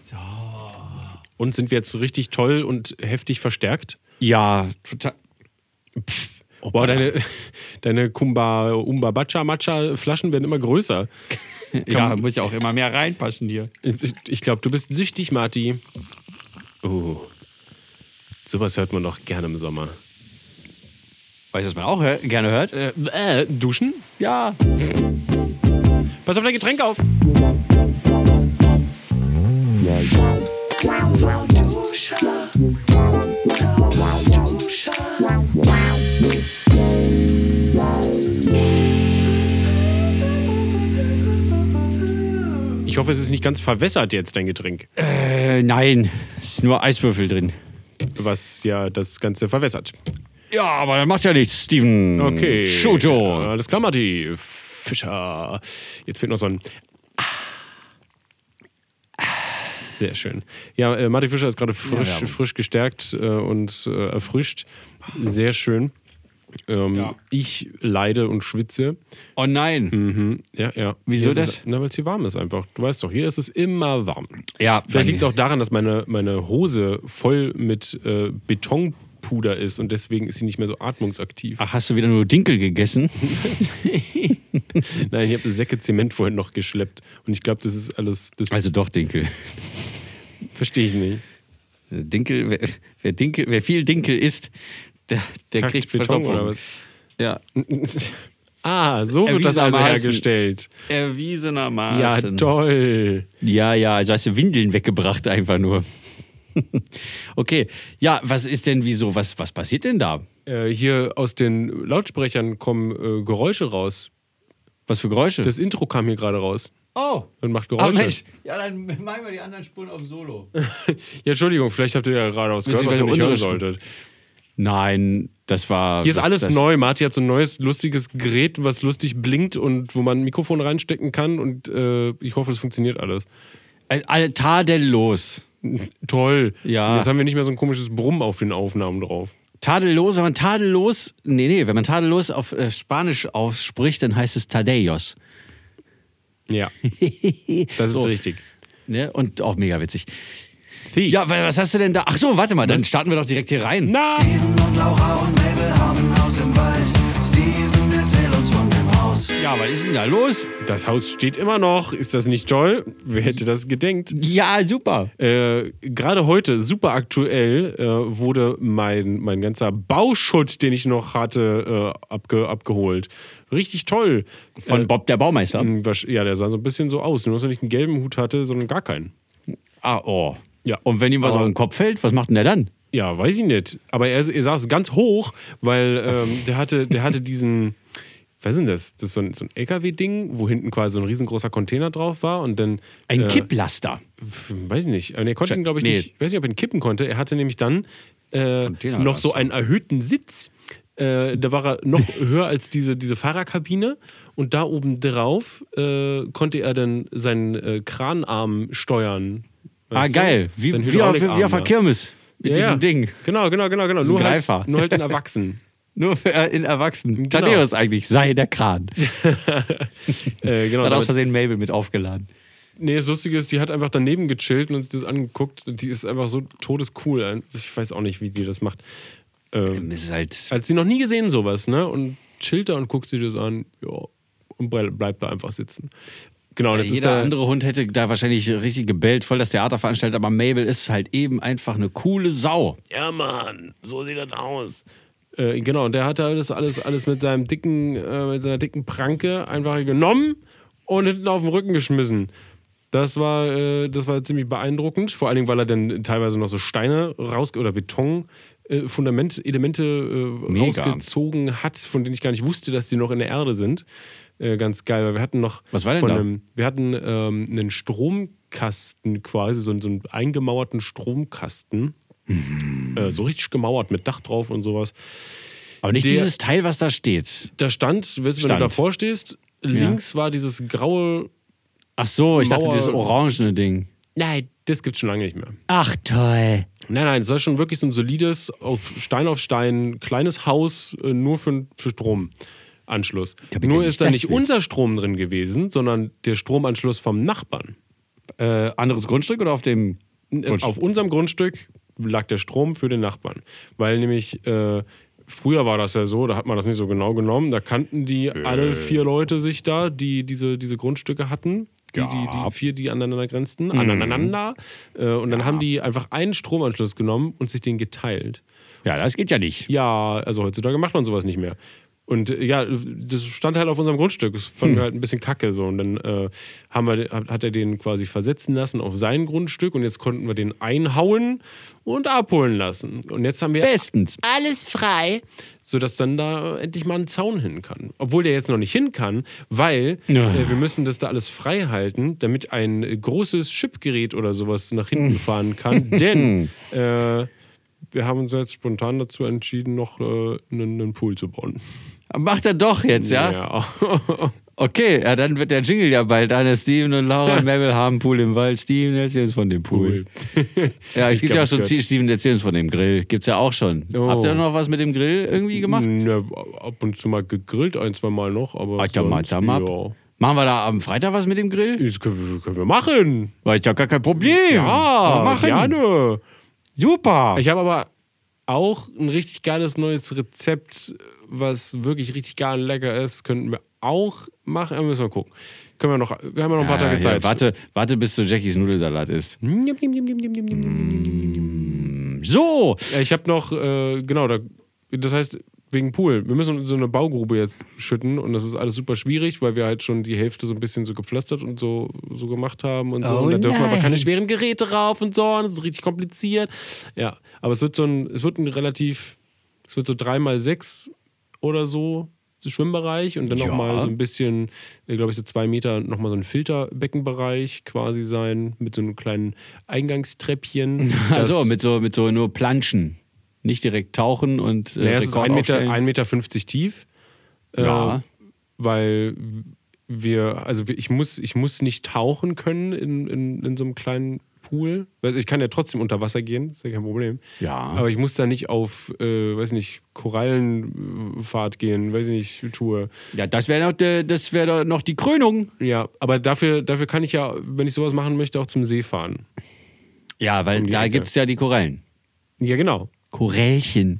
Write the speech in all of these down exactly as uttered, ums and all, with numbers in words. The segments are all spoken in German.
Und sind wir jetzt so richtig toll und heftig verstärkt? Ja, total. Pff. Oh, boah, deine, deine Kumba, Umba, Bacha, Matcha Flaschen werden immer größer. Ja, muss ja auch immer mehr reinpassen hier. Ich, ich glaube, du bist süchtig, Marti. Oh. Sowas hört man doch gerne im Sommer. Weißt du, was man auch hör- gerne hört? Äh, äh, duschen? Ja. Pass auf dein Getränk auf. Ich hoffe, es ist nicht ganz verwässert jetzt, dein Getränk. Äh, nein, ist nur Eiswürfel drin. Was ja das Ganze verwässert. Ja, aber das macht ja nichts, Steven. Okay. Schuto. Alles klar, Marti. Fischer. Jetzt fehlt noch so ein... Sehr schön. Ja, äh, Marti Fischer ist gerade frisch, Ja, ja. frisch gestärkt äh, und äh, erfrischt. Sehr schön. Ähm, Ja. Ich leide und schwitze. Oh nein. Mhm. Ja, ja. Wieso Hier ist das? Es, na, weil es hier warm ist einfach. Du weißt doch, hier ist es immer warm. Ja, Vielleicht liegt es auch daran, dass meine, meine Hose voll mit äh, Betonpuder ist und deswegen ist sie nicht mehr so atmungsaktiv. Ach, hast du wieder nur Dinkel gegessen? Nein, ich habe Säcke Zement vorhin noch geschleppt und ich glaube, das ist alles... Das Also doch Dinkel. verstehe ich nicht. Dinkel, wer, wer, Dinkel, wer viel Dinkel isst, der, der Kackt kriegt Beton Verstopfung. oder was? Ja. Ah, so wird das also Erwiesenermaßen. hergestellt. Ja, Erwiesenermaßen. toll. Ja, ja, also hast du Windeln weggebracht einfach nur. Okay, ja, was ist denn, wieso, was, was passiert denn da? Äh, hier aus den Lautsprechern kommen äh, Geräusche raus. Was für Geräusche? Das Intro kam hier gerade raus oh, und macht ah, Geräusche. Mensch. Ja, dann machen wir die anderen Spuren auf Solo. Ja, Entschuldigung, vielleicht habt ihr ja gerade was gehört, was ihr nicht hören solltet. Nein, das war... Hier ist das, alles das, neu. Marti hat so ein neues, lustiges Gerät, was lustig blinkt und wo man ein Mikrofon reinstecken kann und äh, ich hoffe, es funktioniert alles. Äh, tadellos. Toll. Ja. Und jetzt haben wir nicht mehr so ein komisches Brummen auf den Aufnahmen drauf. Tadellos, wenn man tadellos... Nee, nee, wenn man tadellos auf äh, Spanisch ausspricht, dann heißt es Tadeios. Ja, das ist So. richtig. Ne? Und auch mega witzig. Ja, weil, was hast du denn da? Ach so, warte mal, dann starten wir doch direkt hier rein. Na! Steven und Laura und Mabel haben ein Haus im Wald. Steven, erzähl uns von dem Haus. Ja, was ist denn da los? Das Haus steht immer noch. Ist das nicht toll? Wer hätte das gedenkt? Ja, super. Äh, Gerade heute, super aktuell, äh, wurde mein, mein ganzer Bauschutt, den ich noch hatte, äh, abge, abgeholt. Richtig toll. Von Äh, Bob der Baumeister. Ja, der sah so ein bisschen so aus. Nur, dass er nicht einen gelben Hut hatte, sondern gar keinen. Ah, oh. Ja. Und wenn ihm was Aber- auf den Kopf fällt, was macht denn der dann? Ja, weiß ich nicht. Aber er, er saß ganz hoch, weil ähm, der hatte, der hatte diesen, was ist denn das? Das ist so ein, so ein L K W-Ding, wo hinten quasi so ein riesengroßer Container drauf war und dann... Ein äh, Kipplaster. Weiß ich nicht. Aber er konnte ihn, glaube ich, Nee. nicht. Ich weiß nicht, ob er ihn kippen konnte. Er hatte nämlich dann äh, Container noch so war's. einen erhöhten Sitz. Äh, da war er noch höher als diese, diese Fahrerkabine. Und da oben drauf äh, konnte er dann seinen äh, Kranarm steuern. Ah, Weißt du? geil. Wie, Seinen wie, auf, wie Hydraulikarm auf der da. Kirmes. Mit Ja, diesem ja. Ding. Genau, genau, genau, genau. ist Nur ein halt, Greifer. nur halt in Erwachsenen. Nur für, äh, in Erwachsenen. Genau. Tadeus eigentlich, sei der Kran. äh, genau. Hat aus aber- Versehen Mabel mit aufgeladen. Nee, das Lustige ist, die hat einfach daneben gechillt und uns das angeguckt. Die ist einfach so todescool. Ich weiß auch nicht, wie die das macht. Ähm, Es ist halt... Hat sie noch nie gesehen, sowas, ne? Und chillt da und guckt sie das an. Ja. Und ble- bleibt da einfach sitzen. Genau, und jetzt ist Jeder da, andere Hund hätte da wahrscheinlich richtig gebellt, voll das Theater veranstaltet, aber Mabel ist halt eben einfach eine coole Sau. Ja, Mann, so sieht das aus. Äh, genau, und der hat da das alles, alles mit seinem dicken, äh, mit seiner dicken Pranke einfach genommen und hinten auf den Rücken geschmissen. Das war, äh, das war ziemlich beeindruckend, vor allen Dingen, weil er dann teilweise noch so Steine raus oder Beton äh, Fundamentelemente äh, Mega. rausgezogen hat, von denen ich gar nicht wusste, dass die noch in der Erde sind. Äh, ganz geil, weil wir hatten noch Was war denn von da? einem, wir hatten ähm, einen Stromkasten quasi, so, einen- so einen eingemauerten Stromkasten. Mhm. Äh, so richtig gemauert mit Dach drauf und sowas. Aber nicht Der- dieses Teil, was da steht. Da stand, weißt du, wenn du Stand. davor stehst, links war dieses graue. Ach so, ich dachte, Mauer- dieses orangene Ding. Nein, das gibt's schon lange nicht mehr. Ach toll. Nein, nein, es war schon wirklich so ein solides, auf Stein auf Stein, kleines Haus, äh, nur für, für Stromanschluss. Ja, bitte Nur nicht ist da das nicht will. unser Strom drin gewesen, sondern der Stromanschluss vom Nachbarn. Äh, anderes Grundstück oder auf dem Grundstück? Auf unserem Grundstück lag der Strom für den Nachbarn. Weil nämlich, äh, früher war das ja so, da hat man das nicht so genau genommen. Da kannten die äh. alle vier Leute sich da, die diese, diese Grundstücke hatten. Die, ja. die, die vier, die aneinander grenzten. Mhm. Aneinander. Äh, und dann ja. haben die einfach einen Stromanschluss genommen und sich den geteilt. Ja, das geht ja nicht. Ja, also heutzutage macht man sowas nicht mehr. Und äh, ja, das stand halt auf unserem Grundstück. Das fanden hm. wir halt ein bisschen kacke. So. Und dann äh, haben wir, hat er den quasi versetzen lassen auf sein Grundstück. Und jetzt konnten wir den einhauen und abholen lassen. Und jetzt haben wir bestens alles frei, sodass dann da endlich mal ein Zaun hin kann. Obwohl der jetzt noch nicht hin kann, weil ja. äh, wir müssen das da alles frei halten, damit ein äh, großes Chipgerät oder sowas nach hinten fahren kann. Denn äh, wir haben uns jetzt spontan dazu entschieden, noch äh, einen, einen Pool zu bauen. Macht er doch jetzt, ja? Ja. Okay, ja, dann wird der Jingle ja bald an. Steven und Laura und Mabel haben einen Pool im Wald. Steven erzählt uns von dem Pool. Pool. Ja, es ich gibt glaub, ja auch so gehört. Steven erzählt uns von dem Grill. Gibt's ja auch schon. Oh. Habt ihr noch was mit dem Grill irgendwie gemacht? Ja, ab und zu mal gegrillt, ein, zwei Mal noch. Aber Alter, sonst, Alter, Map. ja. Machen wir da am Freitag was mit dem Grill? Das können wir, können wir machen. War ja gar kein Problem. Ja, machen. gerne. Super. Ich habe aber auch ein richtig geiles neues Rezept, was wirklich richtig geil und lecker ist. Könnten wir auch machen. Aber müssen wir gucken. Können wir, noch, wir haben ja noch ein paar ja, Tage Zeit. Ja, warte, warte, bis du Jackies Nudelsalat isst. Mm. So. Ja, ich habe noch, äh, genau, da, das heißt, wegen Pool. Wir müssen so eine Baugrube jetzt schütten und das ist alles super schwierig, weil wir halt schon die Hälfte so ein bisschen so gepflastert und so, so gemacht haben und so. Oh und da dürfen nein. aber keine schweren Geräte rauf und so. Und das ist richtig kompliziert. Ja, aber es wird so ein, es wird ein relativ, es wird so drei mal sechs oder so, so Schwimmbereich und dann Ja. nochmal so ein bisschen, glaube ich, so zwei Meter nochmal so ein Filterbeckenbereich quasi sein mit so einem kleinen Eingangstreppchen. Also Das- mit so, mit so nur Planschen. Nicht direkt tauchen und äh, Naja, es ist Rekord ein Meter, aufstellen. ein Meter fünfzig tief. Ja. Äh, weil wir, also wir- ich muss, ich muss nicht tauchen können in, in, in so einem kleinen Pool. Also ich kann ja trotzdem unter Wasser gehen, ist ja kein Problem. Ja. Aber ich muss da nicht auf, äh, weiß nicht, Korallenfahrt gehen, weiß ich nicht, Tour. Ja, das wäre noch, de- das wär doch noch die Krönung. Ja, aber dafür, dafür kann ich ja, wenn ich sowas machen möchte, auch zum See fahren. Ja, weil Um die da Ecke. gibt es ja die Korallen. Ja, genau. Korallchen.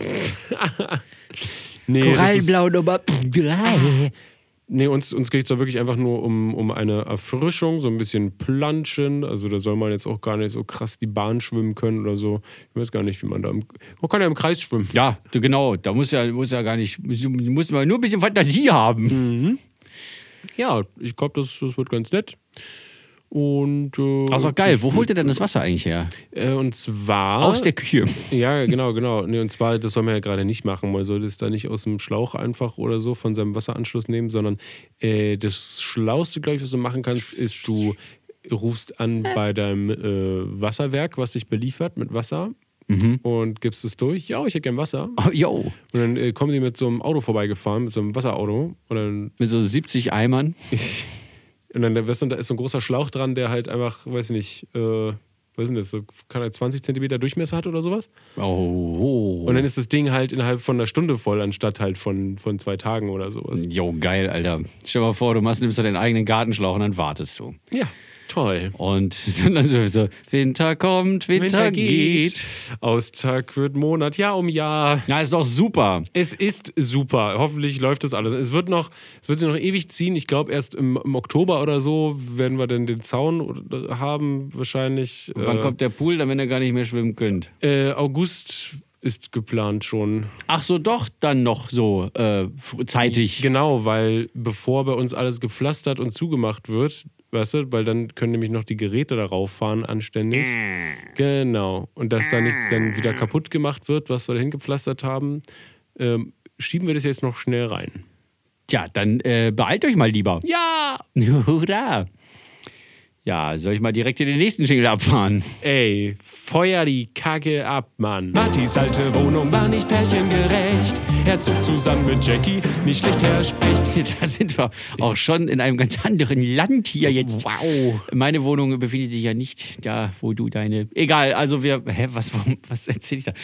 Nee, das ist- Korallenblau Nummer drei. Nee, uns, uns geht es da wirklich einfach nur um, um eine Erfrischung, so ein bisschen Planschen. Also da soll man jetzt auch gar nicht so krass die Bahn schwimmen können oder so. Ich weiß gar nicht, wie man da im... Man kann ja im Kreis schwimmen. Ja, du, genau. Da muss ja, muss ja gar nicht, du musst mal nur ein bisschen Fantasie haben. Ja, ich glaube, das, das wird ganz nett. Und... Äh, Das ist auch geil. Wo holt ihr denn das Wasser eigentlich her? Äh, und zwar... Aus der Küche. Ja, genau, genau. Nee, und zwar, das soll man ja gerade nicht machen. Man soll das da nicht aus dem Schlauch einfach oder so von seinem Wasseranschluss nehmen, sondern äh, das Schlauste, glaube ich, was du machen kannst, ist, du rufst an bei deinem äh, Wasserwerk, was dich beliefert mit Wasser und gibst es durch. Ja, ich hätte gern Wasser. Oh, yo. Und dann äh, kommen die mit so einem Auto vorbeigefahren, mit so einem Wasserauto. Und dann, Mit so siebzig Eimern. und dann, weißt du, da ist so ein großer Schlauch dran, der halt einfach, weiß ich nicht, äh, was ist denn das, so, kann halt zwanzig Zentimeter Durchmesser hat oder sowas. Oh. Und dann ist das Ding halt innerhalb von einer Stunde voll, anstatt halt von, von zwei Tagen oder sowas. Jo, geil, Alter. Stell dir mal vor, du machst, nimmst da deinen eigenen Gartenschlauch und dann wartest du. Ja, toll. Und dann so, Winter kommt, Winter, geht. Austag wird Monat, Jahr um Jahr. Ja, ist doch super. Es ist super. Hoffentlich läuft das alles. Es wird noch, es wird sich noch ewig ziehen. Ich glaube, erst im, im Oktober oder so werden wir dann den Zaun haben, wahrscheinlich. Und wann äh, kommt der Pool, dann wenn ihr gar nicht mehr schwimmen könnt? äh, August ist geplant schon. Ach so, doch dann noch so äh, zeitig. Genau, weil bevor bei uns alles gepflastert und zugemacht wird, weißt du, weil dann können nämlich noch die Geräte darauf fahren, anständig. Genau. Und dass da nichts dann wieder kaputt gemacht wird, was wir da hingepflastert haben, ähm, schieben wir das jetzt noch schnell rein. Tja, dann äh, beeilt euch mal lieber. Ja! Hurra! Ja, soll ich mal direkt in den nächsten Jingle abfahren? Ey, feuer die Kacke ab, Mann. Martys alte Wohnung war nicht pärchengerecht. Er zog zusammen mit Jackie, nicht schlecht her spricht. Da sind wir auch schon in einem ganz anderen Land hier jetzt. Wow. Meine Wohnung befindet sich ja nicht da, wo du deine... Egal, also wir... Hä, was, warum, was erzähl ich da?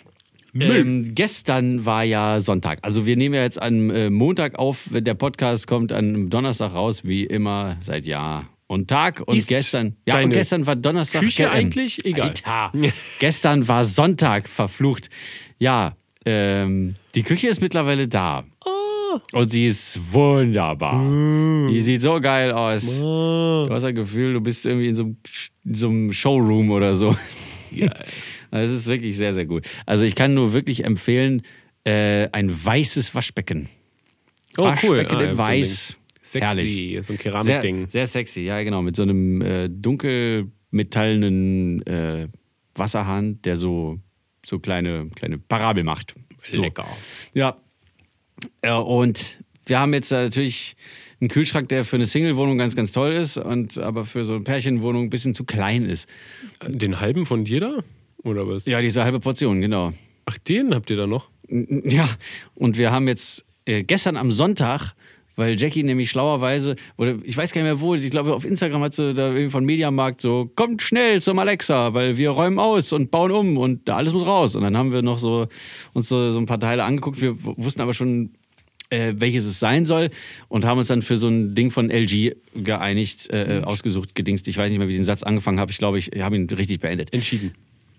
Ähm, gestern war ja Sonntag. Also wir nehmen ja jetzt am äh, Montag auf. Der Podcast kommt am Donnerstag raus, wie immer, seit Jahr und Tag und Ist gestern. Ja, und deine gestern war Donnerstag. Küche G M. eigentlich? Egal. Alter. Gestern war Sonntag, verflucht. Ja, ähm, die Küche ist mittlerweile da. Oh. Und sie ist wunderbar. Mm. Die sieht so geil aus. Oh. Du hast das Gefühl, du bist irgendwie in so einem, in so einem Showroom oder so. Ja. Das ist wirklich sehr, sehr gut. Also ich kann nur wirklich empfehlen, äh, ein weißes Waschbecken. Oh, cool. Waschbecken Ah, in so ein weiß. Ding. Sexy, Herrlich. so ein Sehr, Keramikding. sehr sexy, ja genau. Mit so einem äh, dunkelmetallenen äh, Wasserhahn, der so, so kleine, kleine Parabel macht. So. Lecker. Ja. ja. Und wir haben jetzt natürlich einen Kühlschrank, der für eine Single-Wohnung ganz, ganz toll ist, und aber für so eine Pärchenwohnung ein bisschen zu klein ist. Den halben von dir da? Oder was? Ja, diese halbe Portion, genau. Ach, den habt ihr da noch? Ja, und wir haben jetzt äh, gestern am Sonntag, weil Jackie nämlich schlauerweise, oder ich weiß gar nicht mehr wo, ich glaube auf Instagram hat sie da irgendwie von Mediamarkt so, kommt schnell zum Alexa, weil wir räumen aus und bauen um und da alles muss raus. Und dann haben wir noch so uns so, so ein paar Teile angeguckt, wir w- wussten aber schon, äh, welches es sein soll, und haben uns dann für so ein Ding von L G geeinigt, äh, ausgesucht, gedingst. Ich weiß nicht mehr, wie ich den Satz angefangen habe, ich glaube, ich habe ihn richtig beendet. Entschieden.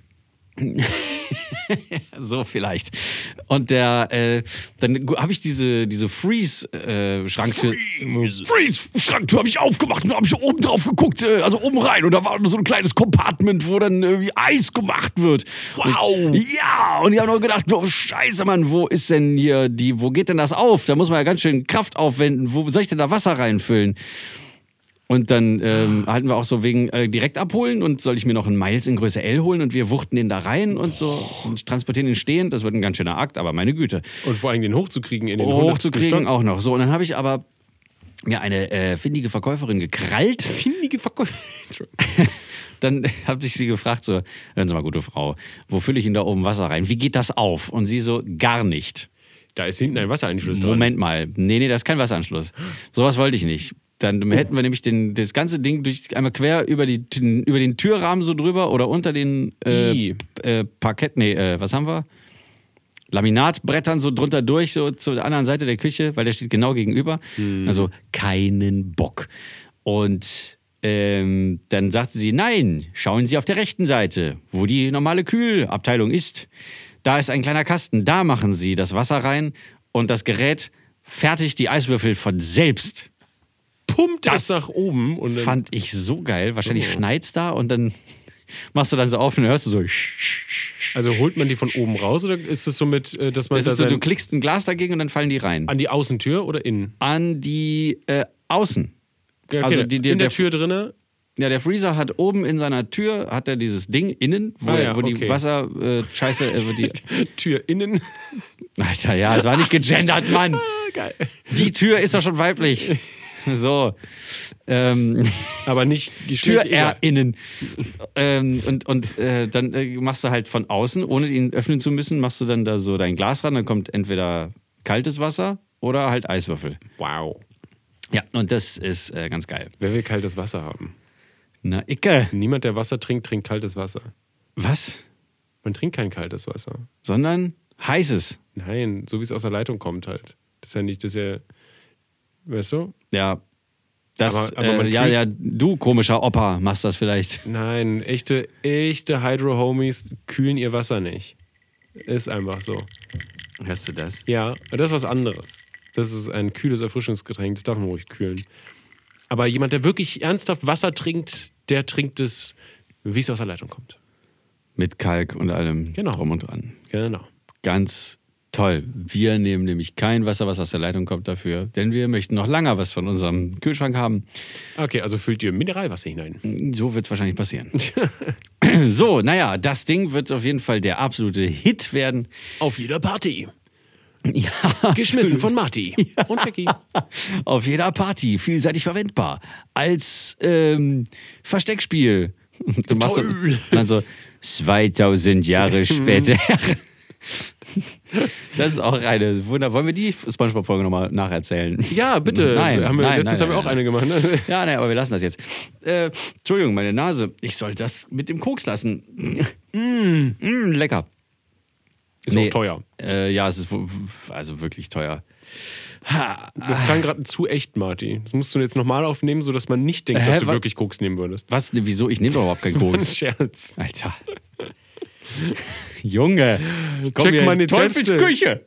So vielleicht. Und der, äh, dann habe ich diese, diese Freeze-Schranktür. Freeze-Schranktür habe ich aufgemacht und habe ich oben drauf geguckt, äh, also oben rein. Und da war so ein kleines Compartment, wo dann irgendwie Eis gemacht wird. Wow! Und ich, ja, und ich habe noch gedacht, oh, scheiße, Mann, wo ist denn hier die, wo geht denn das auf? Da muss man ja ganz schön Kraft aufwenden. Wo soll ich denn da Wasser reinfüllen? Und dann ähm, halten wir auch so wegen äh, direkt abholen, und soll ich mir noch einen Miles in Größe L holen, und wir wuchten den da rein und so und transportieren ihn stehend. Das wird ein ganz schöner Akt, aber meine Güte. Und vor allem den hochzukriegen in den hundertsten Hochzukriegen Stock. auch noch. So, und dann habe ich aber mir eine äh, findige Verkäuferin gekrallt. Findige Verkäufer. Dann habe ich sie gefragt, so, hören Sie mal, gute Frau, wo fülle ich Ihnen da oben Wasser rein? Wie geht das auf? Und sie so, gar nicht. Da ist hinten ein Wasseranschluss dran. Moment mal. Nee, nee, das ist kein Wasseranschluss. Sowas wollte ich nicht. Dann hätten wir nämlich den, das ganze Ding durch einmal quer über, die, über den Türrahmen so drüber oder unter den äh, äh, Parkett, nee, äh, was haben wir? Laminatbrettern so drunter durch, so zur anderen Seite der Küche, weil der steht genau gegenüber. Hm. Also keinen Bock. Und ähm, dann sagte sie, nein, schauen Sie auf der rechten Seite, wo die normale Kühlabteilung ist. Da ist ein kleiner Kasten, da machen Sie das Wasser rein und das Gerät fertigt die Eiswürfel von selbst. Pumpt das Das nach oben. Und dann Fand ich so geil. Wahrscheinlich Oh. schneit's da und dann machst du dann so auf und dann hörst du so. also holt man die von oben raus, oder ist es so mit, äh, dass man Das da ist so, sein, du klickst ein Glas dagegen und dann fallen die rein. an die Außentür oder innen? An die äh, Außen. Okay, Also die- die- in der, der- Tür drinne. Ja, der Freezer hat oben in seiner Tür hat er dieses Ding innen, wo, Ah er- ja, wo die okay. Wasserscheiße, äh, wo die, Tür innen. Alter, ja, es war nicht gegendert, Mann. Geil. Die Tür ist doch schon weiblich. So. Ähm, Aber nicht Geschlecht. Tür egal. innen. ähm, und und äh, dann äh, machst du halt von außen, ohne ihn öffnen zu müssen, machst du dann da so dein Glas ran, dann kommt entweder kaltes Wasser oder halt Eiswürfel. Wow. Ja, und das ist äh, ganz geil. Wer will kaltes Wasser haben? Na, Icke. Niemand, der Wasser trinkt, trinkt kaltes Wasser. Was? Man trinkt kein kaltes Wasser. Sondern heißes. Nein, so wie es aus der Leitung kommt halt. Das ist ja nicht, das ist ja, weißt du? Ja. Das, Aber- aber man äh, ja, kriegt- ja, du komischer Opa machst das vielleicht. Nein, echte, echte Hydro-Homies kühlen ihr Wasser nicht. Ist einfach so. Hörst du das? Ja, das ist was anderes. Das ist ein kühles Erfrischungsgetränk, das darf man ruhig kühlen. Aber jemand, der wirklich ernsthaft Wasser trinkt, der trinkt es, wie es aus der Leitung kommt. Mit Kalk und allem Genau. drum und dran. Genau. Ganz toll. Wir nehmen nämlich kein Wasser, was aus der Leitung kommt dafür, denn wir möchten noch lange was von unserem Kühlschrank haben. Okay, also füllt ihr Mineralwasser hinein. So wird es wahrscheinlich passieren. So, naja, das Ding wird auf jeden Fall der absolute Hit werden. Auf jeder Party. Ja, Geschmissen von Marty und Jackie. auf jeder Party, vielseitig verwendbar. Als ähm, Versteckspiel. Du machst so, Toll. und dann so zweitausend Jahre später. Das ist auch eine Wunder. Wollen wir die SpongeBob-Folge nochmal nacherzählen? Ja, bitte. Nein, haben wir, nein, letztens nein, haben wir auch nein, eine gemacht. Ne? Ja, naja, aber wir lassen das jetzt. Äh, Entschuldigung, meine Nase. Ich soll das mit dem Koks lassen. Mm, mm, lecker. Ist Nee. auch teuer. Äh, ja, es ist w- w- also wirklich teuer. Das klang gerade zu echt, Marty. Das musst du jetzt nochmal aufnehmen, sodass man nicht denkt, Hä, dass du wa- wirklich Koks nehmen würdest. Was? Wieso? Ich nehme doch überhaupt keinen Das war ein Koks. Scherz. Alter. Junge. Komm Check hier in meine Teufelsküche.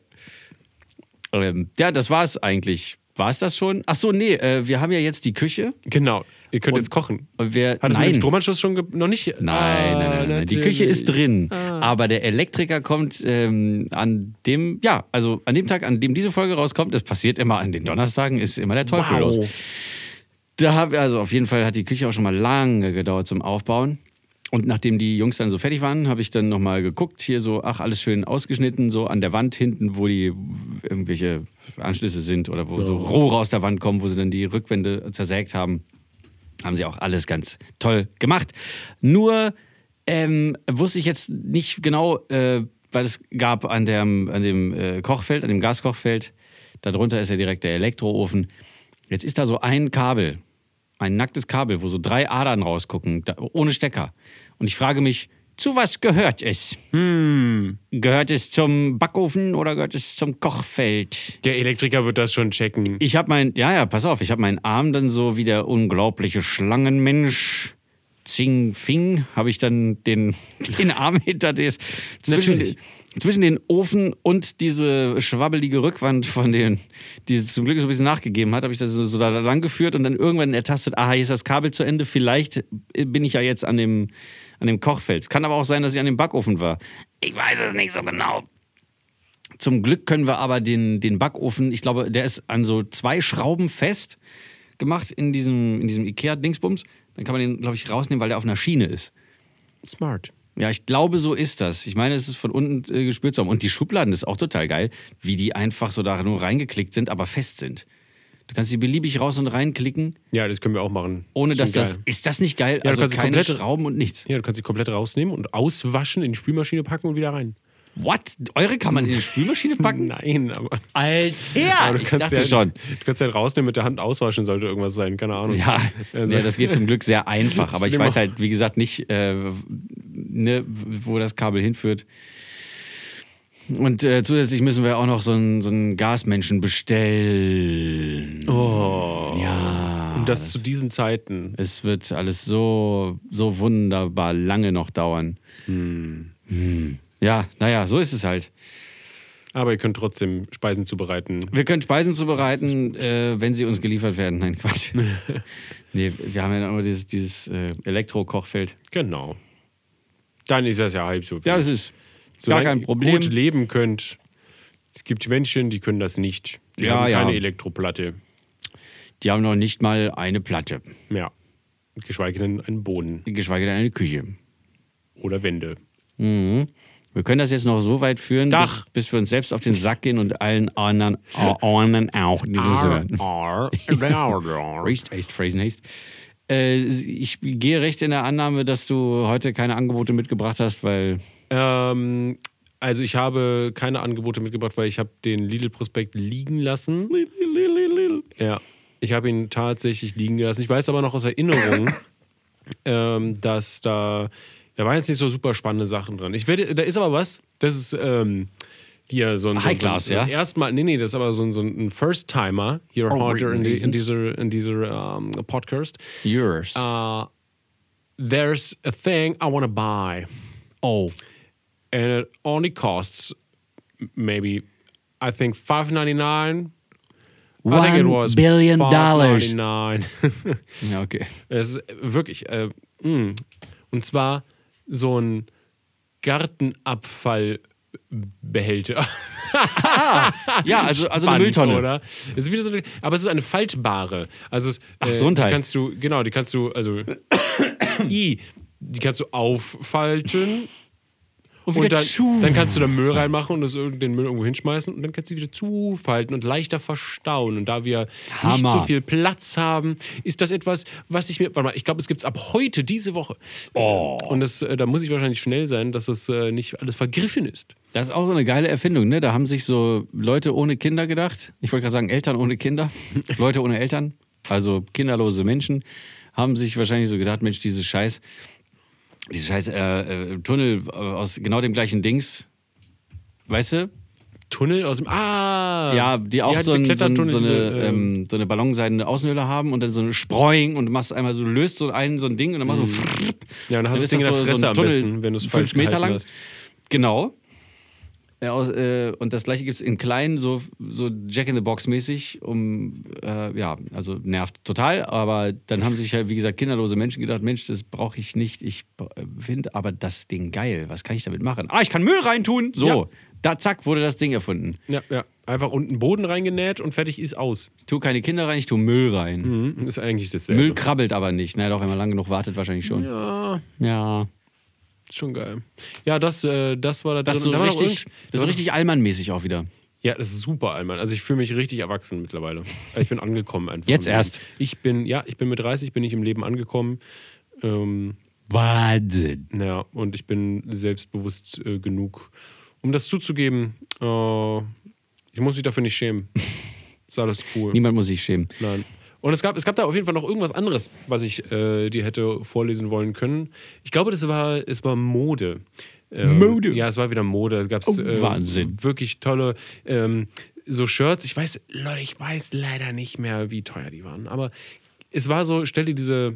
Ähm, ja, das war's eigentlich. War es das schon? Ach so, nee, äh, wir haben ja jetzt die Küche. Genau. Ihr könnt Und- jetzt kochen. Und wir, Hat es mit nein. dem Stromanschluss schon ge- noch nicht? Nein, Ah, nein, nein, nein. Die natürlich. Küche ist drin. Aber der Elektriker kommt ähm, an dem, ja, also an dem Tag, an dem diese Folge rauskommt, das passiert immer an den Donnerstagen, ist immer der Teufel Wow. los. Da hab, also auf jeden Fall hat die Küche auch schon mal lange gedauert zum Aufbauen. Und nachdem die Jungs dann so fertig waren, habe ich dann nochmal geguckt, hier so, ach, alles schön ausgeschnitten, so an der Wand hinten, wo die irgendwelche Anschlüsse sind oder wo so Rohre aus der Wand kommen, wo sie dann die Rückwände zersägt haben. Haben sie auch alles ganz toll gemacht. Nur ähm, wusste ich jetzt nicht genau, äh, weil es gab an, der, an dem äh, Kochfeld, an dem Gaskochfeld, darunter ist ja direkt der Elektroofen. Jetzt ist da so ein Kabel, ein nacktes Kabel, wo so drei Adern rausgucken, da, ohne Stecker. Und ich frage mich, zu was gehört es? Hm. Gehört es zum Backofen oder gehört es zum Kochfeld? Der Elektriker wird das schon checken. Ich habe mein, ja, ja, pass auf, ich habe meinen Arm dann so wie der unglaubliche Schlangenmensch, Zing Fing, habe ich dann den, den Arm hinter des, zwischen, Natürlich. zwischen den Ofen und diese schwabbelige Rückwand von den, die zum Glück so ein bisschen nachgegeben hat, habe ich das so, so da lang geführt und dann irgendwann ertastet, aha, hier ist das Kabel zu Ende, vielleicht bin ich ja jetzt an dem, an dem Kochfeld. Kann aber auch sein, dass ich an dem Backofen war. Ich weiß es nicht so genau. Zum Glück können wir aber den, den Backofen, ich glaube, der ist an so zwei Schrauben fest gemacht in diesem, in diesem Ikea-Dingsbums. Dann kann man den, glaube ich, rausnehmen, weil der auf einer Schiene ist. Smart. Ja, ich glaube, so ist das. Ich meine, es ist von unten äh, gespürt zu haben. Und die Schubladen, das ist auch total geil, wie die einfach so da nur reingeklickt sind, aber fest sind. Du kannst die beliebig raus und reinklicken, Ja, das können wir auch machen. ohne ist dass schon das... geil. Ist das nicht geil? du also kannst sie keine komplett- Schrauben und nichts. Ja, du kannst sie komplett rausnehmen und auswaschen, in die Spülmaschine packen und wieder rein. What? Eure kann man in die Spülmaschine packen? Nein, aber, Alter! aber du ich kannst dachte ja, schon. Du kannst ja rausnehmen, mit der Hand auswaschen, sollte irgendwas sein, keine Ahnung. Ja, Also- ja, das geht zum Glück sehr einfach. Aber ich Schlimmer. weiß halt, wie gesagt, nicht, äh, ne, wo das Kabel hinführt. Und äh, zusätzlich müssen wir auch noch so einen, so einen Gasmenschen bestellen. Oh. Ja. Und das zu diesen Zeiten. Es wird alles so, so wunderbar lange noch dauern. Hm. Ja, naja, so ist es halt. Aber ihr könnt trotzdem Speisen zubereiten. Wir können Speisen zubereiten, äh, wenn sie uns geliefert werden. Nein, Quatsch. Nee, wir haben ja nur dieses, dieses äh, Elektro-Kochfeld. Genau. Dann ist das ja halb so. Ja, das ist Solange gar kein ihr Problem. gut leben könnt. Es gibt Menschen, die können das nicht. Die Ja, haben keine ja. Elektroplatte. Die haben noch nicht mal eine Platte, Ja. Geschweige denn einen Boden geschweige denn eine Küche. oder Wände. Mhm. Wir können das jetzt noch so weit führen, Dach. Bis, bis wir uns selbst auf den Sack gehen und allen anderen, anderen auch, die das hören. R, R, R. Raised, Haste, Phrasen, Haste. Äh, ich gehe recht in der Annahme, dass du heute keine Angebote mitgebracht hast, weil Ähm, also ich habe keine Angebote mitgebracht, weil ich habe den Lidl-Prospekt liegen lassen. Ja, ich habe ihn tatsächlich liegen gelassen. Ich weiß aber noch aus Erinnerung, ähm, dass da, da waren jetzt nicht so super spannende Sachen dran. Ich werde, da ist aber was, das ist ähm, hier so ein, so ein, High Class, so ein, ja? so ein erstmal, nee, nee, das ist aber so ein, so ein First-Timer hier Oh, heute in, die, in reasons. dieser, in dieser ähm, Podcast. yours. Uh, there's a thing I want to buy. oh. And it only costs maybe, I think, five ninety-nine. I think it One was billion dollars. five ninety-nine. Ja, okay. Es ist wirklich, äh, mh. Und zwar so ein Gartenabfallbehälter. Ja, also, also eine Spannend, Mülltonne. Oder? Es ist wieder so eine, aber es ist eine faltbare. Also es, Ach, so ein die Teil. kannst du, genau, die kannst du, also I, die kannst du auffalten. Und Und wieder dann, zu. dann kannst du da Müll reinmachen und das, irg- den Müll irgendwo hinschmeißen und dann kannst du sie wieder zufalten und leichter verstauen. Und da wir nicht Hammer. so viel Platz haben, ist das etwas, was ich mir. Warte mal, ich glaube, es gibt es ab heute, diese Woche. Oh. Und das, äh, da muss ich wahrscheinlich schnell sein, dass es äh, nicht alles vergriffen ist. Das ist auch so eine geile Erfindung, ne? Da haben sich so Leute ohne Kinder gedacht. Ich wollte gerade sagen, Eltern ohne Kinder. Leute ohne Eltern. Also kinderlose Menschen haben sich wahrscheinlich so gedacht, Mensch, diese Scheiß, diese Scheiß äh, äh, Tunnel äh, aus genau dem gleichen Dings. weißt du? Tunnel aus dem. Ah! Ja, die auch ja, so, ein, so, ein, so, eine, diese, ähm, so eine ballonseidene Außenhülle haben und dann so eine Sproing und du machst einmal so, löst so ein, so ein Ding und dann machst du so. Mhm. Ja, und dann hast du das Ding in der Fresse so am Tunnel, besten, wenn du es falsch fünf Meter lang. hast. Genau. Ja, aus, äh, und das gleiche gibt es in klein, so, so Jack-in-the-Box-mäßig, um, äh, ja, also nervt total, aber dann haben sich halt, wie gesagt, kinderlose Menschen gedacht, Mensch, das brauche ich nicht, ich finde aber das Ding geil, was kann ich damit machen? Ah, ich kann Müll reintun, so, Ja. da zack, wurde das Ding erfunden. Ja, ja. Einfach unten Boden reingenäht und fertig ist aus. Ich tue keine Kinder rein, ich tue Müll rein. Mhm. Ist eigentlich dasselbe. Müll krabbelt aber nicht, na doch, wenn man lang genug wartet, wahrscheinlich schon. Ja, Ja. schon geil. Ja, das, äh, das war da drin. Das ist so Da war noch richtig, irgend- das ist so richtig Allmann-mäßig auch wieder. Ja, das ist super, Alman. Also ich fühle mich richtig erwachsen mittlerweile. Ich bin angekommen einfach. Jetzt im Leben. erst? Ich bin, ja, ich bin mit dreißig, bin ich im Leben angekommen. Ähm, Wahnsinn. ja, und ich bin selbstbewusst äh, genug, um das zuzugeben. Äh, ich muss mich dafür nicht schämen. Ist alles cool. Niemand muss sich schämen. Nein. Und es gab, es gab da auf jeden Fall noch irgendwas anderes, was ich äh, dir hätte vorlesen wollen können. Ich glaube, das war, es war Mode. Ähm, Mode? Ja, es war wieder Mode. Es gab Oh, äh, Wahnsinn. wirklich tolle ähm, so Shirts. Ich weiß, Leute, ich weiß leider nicht mehr, wie teuer die waren. Aber es war so, stell dir diese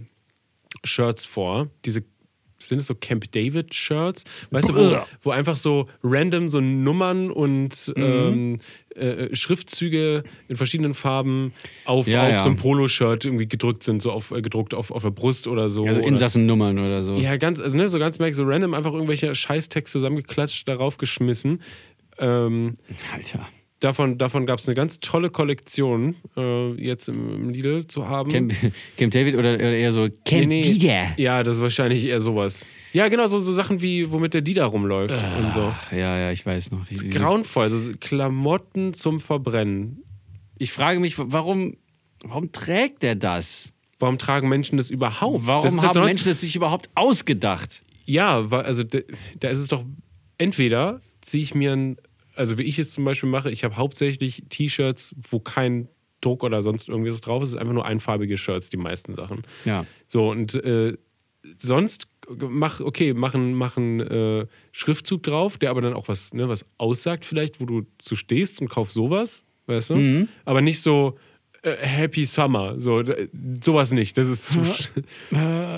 Shirts vor, diese sind es so Camp David Shirts, weißt du, wo, wo einfach so random so Nummern und ähm, äh, Schriftzüge in verschiedenen Farben auf, Ja, auf ja. so ein Poloshirt irgendwie gedrückt sind, so auf, äh, gedruckt auf, auf der Brust oder so. Also oder, Insassennummern oder so. ja, ganz, also, ne, so ganz merklich, so random einfach irgendwelche Scheißtext zusammengeklatscht, darauf geschmissen. Ähm, Alter. davon davon gab es eine ganz tolle Kollektion, äh, jetzt im, im Lidl zu haben. Camp, Camp David oder, oder eher so Camp Nee, nee. Dieter. Ja, das ist wahrscheinlich eher sowas. Ja, genau, so, so Sachen wie, womit der Dieter rumläuft und so. Ach, ja, ja, ich weiß noch. Diese- Grauenvoll, so Klamotten zum Verbrennen. Ich frage mich, warum, warum trägt der das? Warum tragen Menschen das überhaupt? Warum das ist halt haben so- Menschen das sich überhaupt ausgedacht? Ja, weil, also da, da ist es doch, entweder ziehe ich mir ein, also wie ich es zum Beispiel mache, ich habe hauptsächlich T-Shirts, wo kein Druck oder sonst irgendwas drauf ist, es ist einfach nur einfarbige Shirts, die meisten Sachen. Ja. So, und äh, sonst mach, okay, machen, machen äh, Schriftzug drauf, der aber dann auch was, ne, was aussagt, vielleicht, wo du zu stehst und kauf sowas, weißt du? Mhm. Aber nicht so äh, Happy Summer, so, d- sowas nicht. Das ist zu. sch-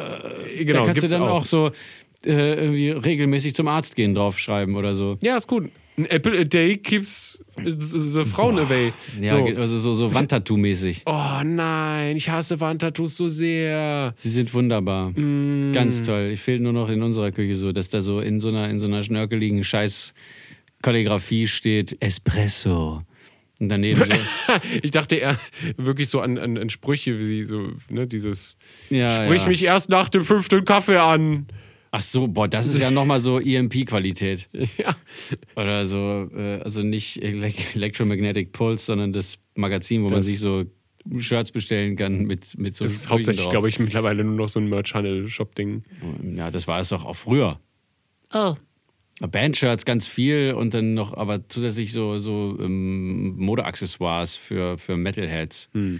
Äh, genau, da kannst du gibt's dann auch. auch, so äh, irgendwie regelmäßig zum Arzt gehen draufschreiben oder so. Ja, ist gut. An apple a day keeps the Frauen away. Ja, so. also so, so Wandtattoo-mäßig. Oh nein, ich hasse Wandtattoos so sehr. Sie sind wunderbar. Mm. Ganz toll. Ich fehlt nur noch in unserer Küche so, dass da so in so einer, in so einer schnörkeligen Scheiß-Kalligrafie steht Espresso. Und daneben so. Ich dachte eher wirklich so an, an, an Sprüche, wie so, ne, dieses Ja, Sprich ja. mich erst nach dem fünften Kaffee an. Ach so, boah, das ist ja nochmal so E M P-Qualität. Ja. Oder so, äh, also nicht Elec- Electromagnetic Pulse, sondern das Magazin, wo man Das- sich so Shirts bestellen kann mit, mit so Das ist Sprüchen hauptsächlich, drauf. glaube ich, mittlerweile nur noch so ein Merch-Handel-Shop-Ding. Ja, das war es doch auch früher. Oh. Bandshirts ganz viel und dann noch, aber zusätzlich so, so ähm, Modeaccessoires für, für Metalheads. Hm.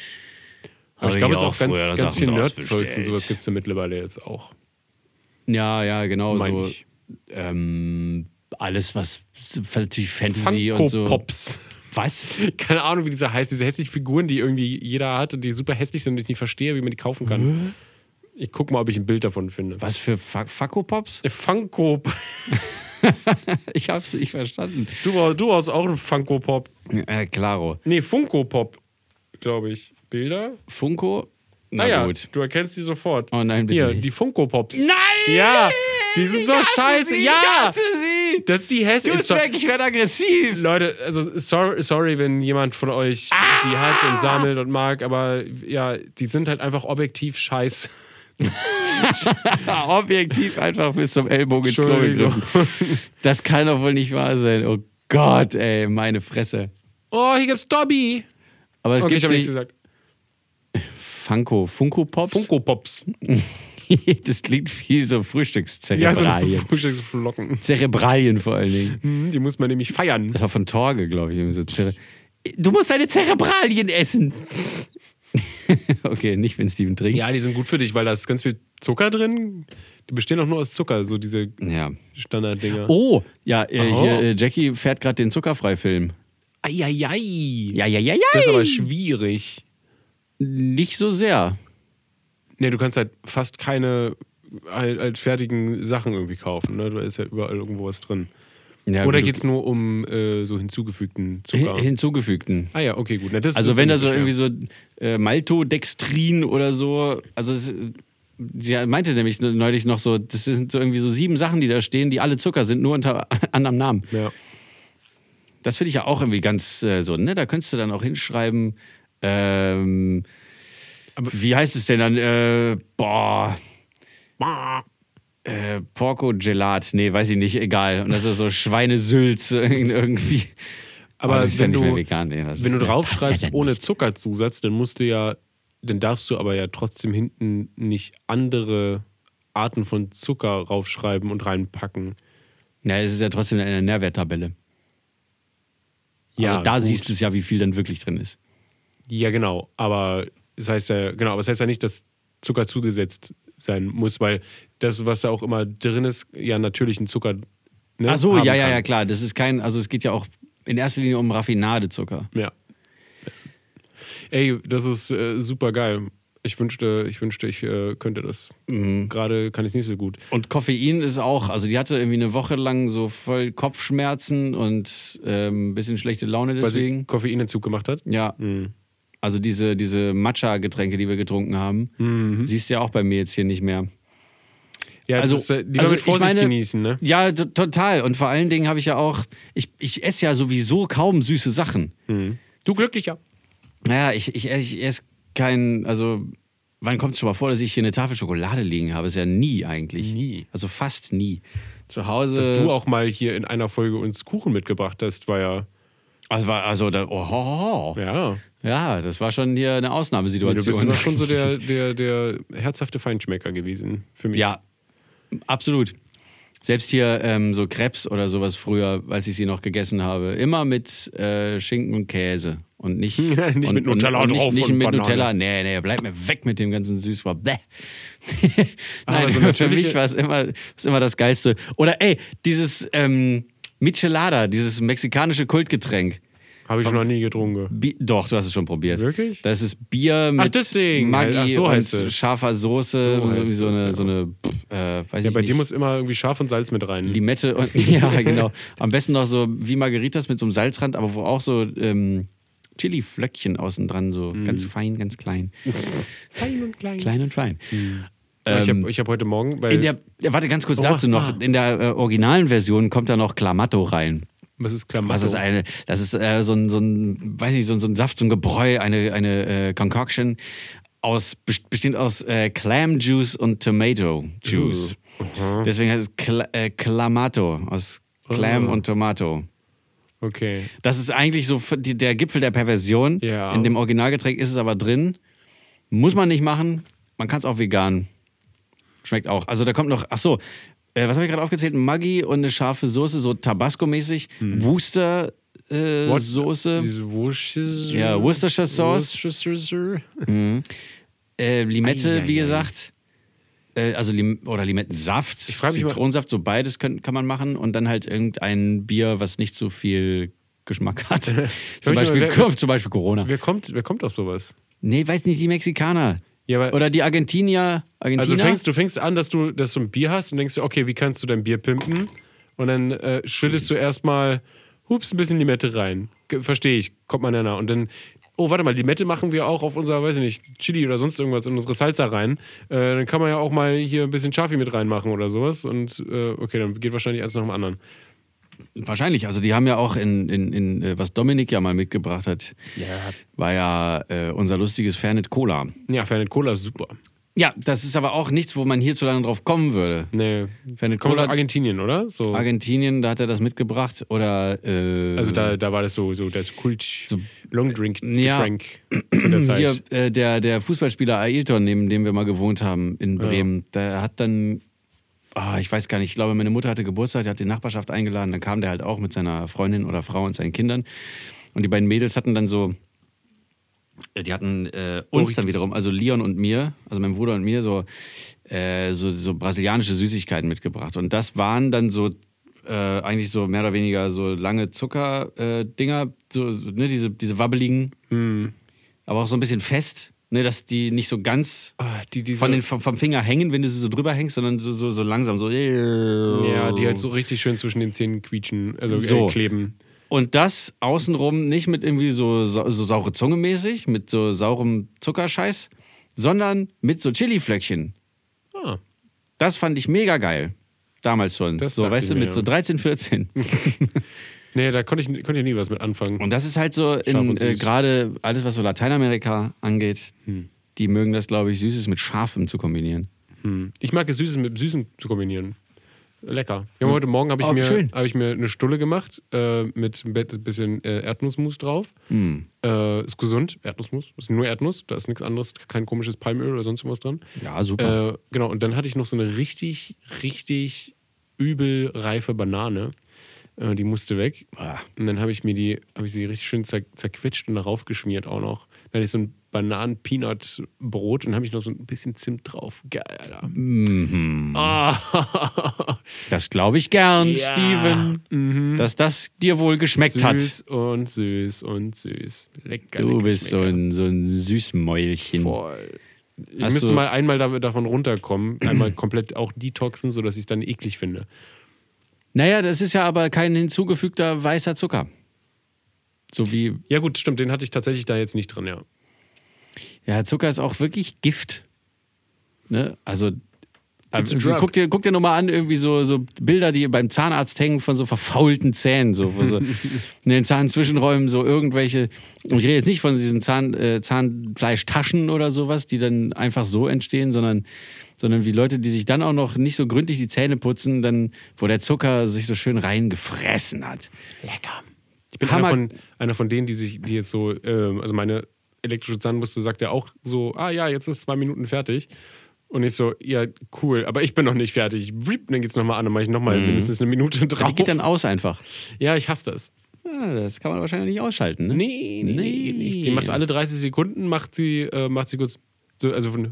Aber ich glaube, es ist auch ganz, ganz Sachen viel draus Nerd-Zeugs und bestellt. sowas gibt es ja mittlerweile jetzt auch. Ja, ja, genau. Mein So, ich. ähm, alles, was natürlich Fantasy und so. Funko-Pops. Was? Keine Ahnung, wie diese heißt. Diese hässlichen Figuren, die irgendwie jeder hat und die super hässlich sind und ich nicht verstehe, wie man die kaufen kann. Ich guck mal, ob ich ein Bild davon finde. Was für Fa- Funko-Pops? Äh, Funko. Ich hab's nicht verstanden. Du, war- du hast auch einen Funko-Pop. Äh, klaro. Nee, Funko-Pop, glaube ich. Bilder? Funko? Na Naja, gut. du erkennst die sofort. Oh nein, bitte Hier, nicht. die Funko-Pops. Nein! Ja, die sind so scheiße. Ja! Ich hasse sie! Das ist die hässliche. Tust weg, ich werde aggressiv! Leute, also sorry, sorry, wenn jemand von euch die hat und sammelt und mag, aber ja, die sind halt einfach objektiv scheiße. Objektiv einfach bis zum Ellbogen ins Klo Entschuldigung. gegriffen. Das kann doch wohl nicht wahr sein. Oh Gott, ey, meine Fresse. Oh, hier gibt's Dobby. Aber es Okay, ich gibt habe nichts nicht gesagt. Funko, Funko Pops? Funko-Pops. Das klingt wie so Ja, so Frühstückszerebralien. Frühstücksflocken. Zerebralien vor allen Dingen. Hm, Die muss man nämlich feiern. Das war von Torge, glaube ich. irgendwie So Zere du musst deine Zerebralien essen. Okay, nicht, wenn Steven trinkt. Ja, die sind gut für dich, weil da ist ganz viel Zucker drin. Die bestehen auch nur aus Zucker, so diese Ja. Standarddinger. Oh, ja, äh, Oh. hier, äh, Jackie fährt gerade den Zuckerfrei-Film. Eieiei. Ja, ja, ja, ja. Das ist aber schwierig. Nicht so sehr. Ne, du kannst halt fast keine halt, halt fertigen Sachen irgendwie kaufen. Ne? Da ist ja überall irgendwo was drin. Ja, Oder gut, geht es nur um äh, so hinzugefügten Zucker? hin- hinzugefügten. Ah ja, okay, gut. Na, das Also ist wenn da nicht so schwer. irgendwie so äh, Maltodextrin oder so, also es, sie meinte nämlich neulich noch so, das sind so irgendwie so sieben Sachen, die da stehen, die alle Zucker sind, nur unter anderem Namen. Ja. Das finde ich ja auch irgendwie ganz äh, so, ne? Da könntest du dann auch hinschreiben, ähm, wie heißt es denn dann? Äh, boah. Äh, Porco Gelat. Nee, weiß ich nicht, egal. Und das ist so Schweinesülz irgendwie. Aber das ist ja wenn nicht du- mehr vegan. Nee, das Wenn du das draufschreibst passt ja ohne nicht. Zuckerzusatz, dann musst du ja, dann darfst du aber ja trotzdem hinten nicht andere Arten von Zucker raufschreiben und reinpacken. Ja, es ist ja trotzdem eine Nährwerttabelle. Also da gut. siehst du es ja, wie viel dann wirklich drin ist. Ja, genau. Aber das heißt ja, genau, aber das heißt ja nicht, dass Zucker zugesetzt sein muss, weil das, was da auch immer drin ist, ja natürlichen Zucker. Ne, Ach so, haben ja, ja, kann. ja, klar. Das ist kein, also es geht ja auch in erster Linie um Raffinadezucker. Ja. Ey, das ist äh, super geil. Ich wünschte, ich wünschte, ich äh, könnte das. Mhm. Gerade kann ich es nicht so gut. Und Koffein ist auch, also die hatte irgendwie eine Woche lang so voll Kopfschmerzen und ähm, ein bisschen schlechte Laune Weil sie deswegen. Koffeinentzug gemacht hat. Ja. Mhm. Also diese, diese Matcha-Getränke, die wir getrunken haben, Mhm. siehst du ja auch bei mir jetzt hier nicht mehr. Ja, Also- das ist, äh, lieber also mit Vorsicht ich meine- genießen, ne? Ja, t- total. Und vor allen Dingen habe ich ja auch, ich, ich esse ja sowieso kaum süße Sachen. Mhm. Du glücklicher. Naja, ich, ich, ich esse kein, also wann kommt es schon mal vor, dass ich hier eine Tafel Schokolade liegen habe? Ist ja nie eigentlich. Nie. Also fast nie. Zu Hause. Dass du auch mal hier in einer Folge uns Kuchen mitgebracht hast, war ja. Also, war, also da, oh, ho, ho. Ja. Ja, das war schon hier eine Du Ausnahmesituation. bist immer schon so der, der, der herzhafte Feinschmecker gewesen. Für mich. Ja, absolut. Selbst hier ähm, so Crepes oder sowas früher, als ich sie noch gegessen habe, immer mit äh, Schinken und Käse und nicht, Nicht und, mit Nutella und, und drauf nicht, nicht und mit Banane. Nutella. Nee, nee, bleib mir weg mit dem ganzen Süßwasser. Bäh. Aber Nein, so für natürliche- mich war es immer, ist immer das Geilste. Oder ey, dieses ähm, Michelada, dieses mexikanische Kultgetränk. Habe ich noch nie getrunken. Bi Doch, du hast es schon probiert. Wirklich? Das ist Bier mit das Ding. Maggi Ach, so und heißt es. scharfer Soße, So irgendwie heißt so es, eine, ja. so eine pff, äh, weiß Ja, ich bei nicht. dir muss immer irgendwie Schaf und Salz mit rein. Limette und ja, genau. Am besten noch so wie Margaritas mit so einem Salzrand, aber wo auch so ähm, Chili-Flöckchen außen dran, so ganz fein, ganz klein. Fein und klein. Klein und fein. ich Ähm, habe ich hab heute Morgen, weil. in der, ja, warte ganz kurz Oh, dazu noch. ah. In der äh, originalen Version kommt da noch Clamato rein. was ist Klamotte? Was ist eine, das ist äh, so, ein, so ein, weiß nicht, so ein, so ein Saft, so ein Gebräu, eine, eine äh, Concoction aus, best- bestehend aus äh, Clam Juice und Tomato Juice. Deswegen heißt es Cla äh, Clamato, aus Clam Oh. und Tomato. Okay. Das ist eigentlich so f- die, der Gipfel der Perversion. Ja. In dem Originalgetränk ist es aber drin. Muss man nicht machen. Man kann es auch vegan. Schmeckt auch. Also da kommt noch, ach so, äh, was habe ich gerade aufgezählt? Maggi und eine scharfe Soße, so Tabasco-mäßig. Worcester äh, What? Soße. Diese Worcestershire. Ja, Worcestershire Sauce. Worcestershire. Äh, Limette, Ei, ei, wie ei. gesagt. Äh, also Lim oder Limettensaft, Ich frag mich mal- Zitronensaft, so beides können, kann man machen. Und dann halt irgendein Bier, was nicht so viel Geschmack hat. zum, mich Beispiel, mal, wer- zum Beispiel Corona. Wer kommt, wer kommt auf sowas? Nee, weiß nicht, die Mexikaner. Ja, aber Oder die Argentinier. Argentiner. also fängst, du fängst an, dass du, dass du ein Bier hast und denkst dir, okay, wie kannst du dein Bier pimpen? Und dann äh, schüttest du erstmal, hups, ein bisschen Limette rein. Ge- Verstehe ich, kommt man ja nah. Und dann, oh, warte mal, Limette machen wir auch auf unser, weiß ich nicht, Chili oder sonst irgendwas in unsere Salsa rein. Äh, dann kann man ja auch mal hier ein bisschen Chafi mit reinmachen oder sowas. Und äh, okay, dann geht wahrscheinlich eins nach dem anderen. Wahrscheinlich. Also die haben ja auch in, in, in äh, was Dominik ja mal mitgebracht hat, war ja äh, unser lustiges Fernet Cola. Ja, Fernet Cola ist super. Ja, das ist aber auch nichts, wo man hierzulande drauf kommen würde. Nee, Fernet kommt aus Cola, Argentinien, oder? So. Argentinien, da hat er das mitgebracht. Oder äh, Also da, da war das so, so das Kult So- Long Drink Ja. Getränk zu der Zeit. hier äh, der, der Fußballspieler Ailton, neben dem wir mal gewohnt haben in Bremen, der hat dann, ah, ich weiß gar nicht, ich glaube, meine Mutter hatte Geburtstag, der hat die Nachbarschaft eingeladen, dann kam der halt auch mit seiner Freundin oder Frau und seinen Kindern. Und die beiden Mädels hatten dann so Die hatten äh, uns dann wiederum, also Leon und mir, also mein Bruder und mir, so, äh, so, so brasilianische Süßigkeiten mitgebracht. Und das waren dann so äh, eigentlich so mehr oder weniger so lange Zucker-Dinger, äh, so, so, ne, diese, diese wabbeligen, Mm. aber auch so ein bisschen fest, ne, dass die nicht so ganz Ah, die, diese, von den, vom, vom Finger hängen, wenn du sie so drüber hängst, sondern so, so, so langsam so. ja, die halt so richtig schön zwischen den Zähnen quietschen, also So. äh, kleben. Und das außenrum nicht mit irgendwie so, so, so saure Zunge mäßig, mit so saurem Zuckerscheiß, sondern mit so Chili-Flöckchen. Ah, Das fand ich mega geil. Damals schon. Das so, dachte weißt du, ich mir, mit so ja. dreizehn, vierzehn. nee, da konnte ich, konnte ich nie was mit anfangen. Und das ist halt so, Scharf in, und äh, süß. gerade alles, was so Lateinamerika angeht, Hm. die mögen das, glaube ich, Süßes mit Scharfem zu kombinieren. Hm. Ich mag es Süßes mit Süßem zu kombinieren. Lecker. Ja, heute Morgen habe ich, Oh, mir schön. hab ich mir eine Stulle gemacht äh, mit ein bisschen äh, Erdnussmus drauf. Hm. Äh, ist gesund, Erdnussmus. Ist nur Erdnuss, da ist nichts anderes, kein komisches Palmöl oder sonst was dran. Ja, super. Äh, genau, und dann hatte ich noch so eine richtig, richtig übel reife Banane. Äh, die musste weg. Ah. Und dann habe ich mir die, habe ich sie richtig schön zer zerquetscht und darauf geschmiert auch noch. Dann hatte ich so ein Bananen-Peanut-Brot und dann habe ich noch so ein bisschen Zimt drauf. Geil, Alter. Mhm. Ah. Das glaube ich gern, Ja. Steven. Dass das dir wohl geschmeckt hat. Süß und süß und süß. Lecker, Du lecker, bist so lecker. ein, so ein Süßmäulchen. Voll. Ich Hast müsste du- mal einmal da, davon runterkommen, einmal komplett auch detoxen, sodass ich es dann eklig finde. Naja, das ist ja aber kein hinzugefügter weißer Zucker. So wie, Ja gut, stimmt, den hatte ich tatsächlich da jetzt nicht drin, ja. ja, Zucker ist auch wirklich Gift. Ne? Also, It's a äh, drug. guck dir, guck dir nochmal an, irgendwie so, so Bilder, die beim Zahnarzt hängen von so verfaulten Zähnen, so, wo so in den Zahnzwischenräumen so irgendwelche, und ich rede jetzt nicht von diesen Zahn, äh, Zahnfleischtaschen oder sowas, die dann einfach so entstehen, sondern, sondern wie Leute, die sich dann auch noch nicht so gründlich die Zähne putzen, dann, wo der Zucker sich so schön reingefressen hat. Lecker. Ich bin Hammer- einer von, einer von denen, die sich, die jetzt so, ähm, also meine elektrische Zahnbürste sagt ja auch so, ah ja, jetzt ist zwei Minuten fertig. Und ich so, ja, cool, aber ich bin noch nicht fertig. Wiep, dann geht's nochmal an, dann mache ich nochmal mindestens eine Minute drauf. Die geht dann aus einfach. Ja, ich hasse das. Ja, das kann man wahrscheinlich nicht ausschalten, ne? Nee, nee, nee. Nicht. Die macht alle dreißig Sekunden, macht sie, äh, macht sie kurz, so, also von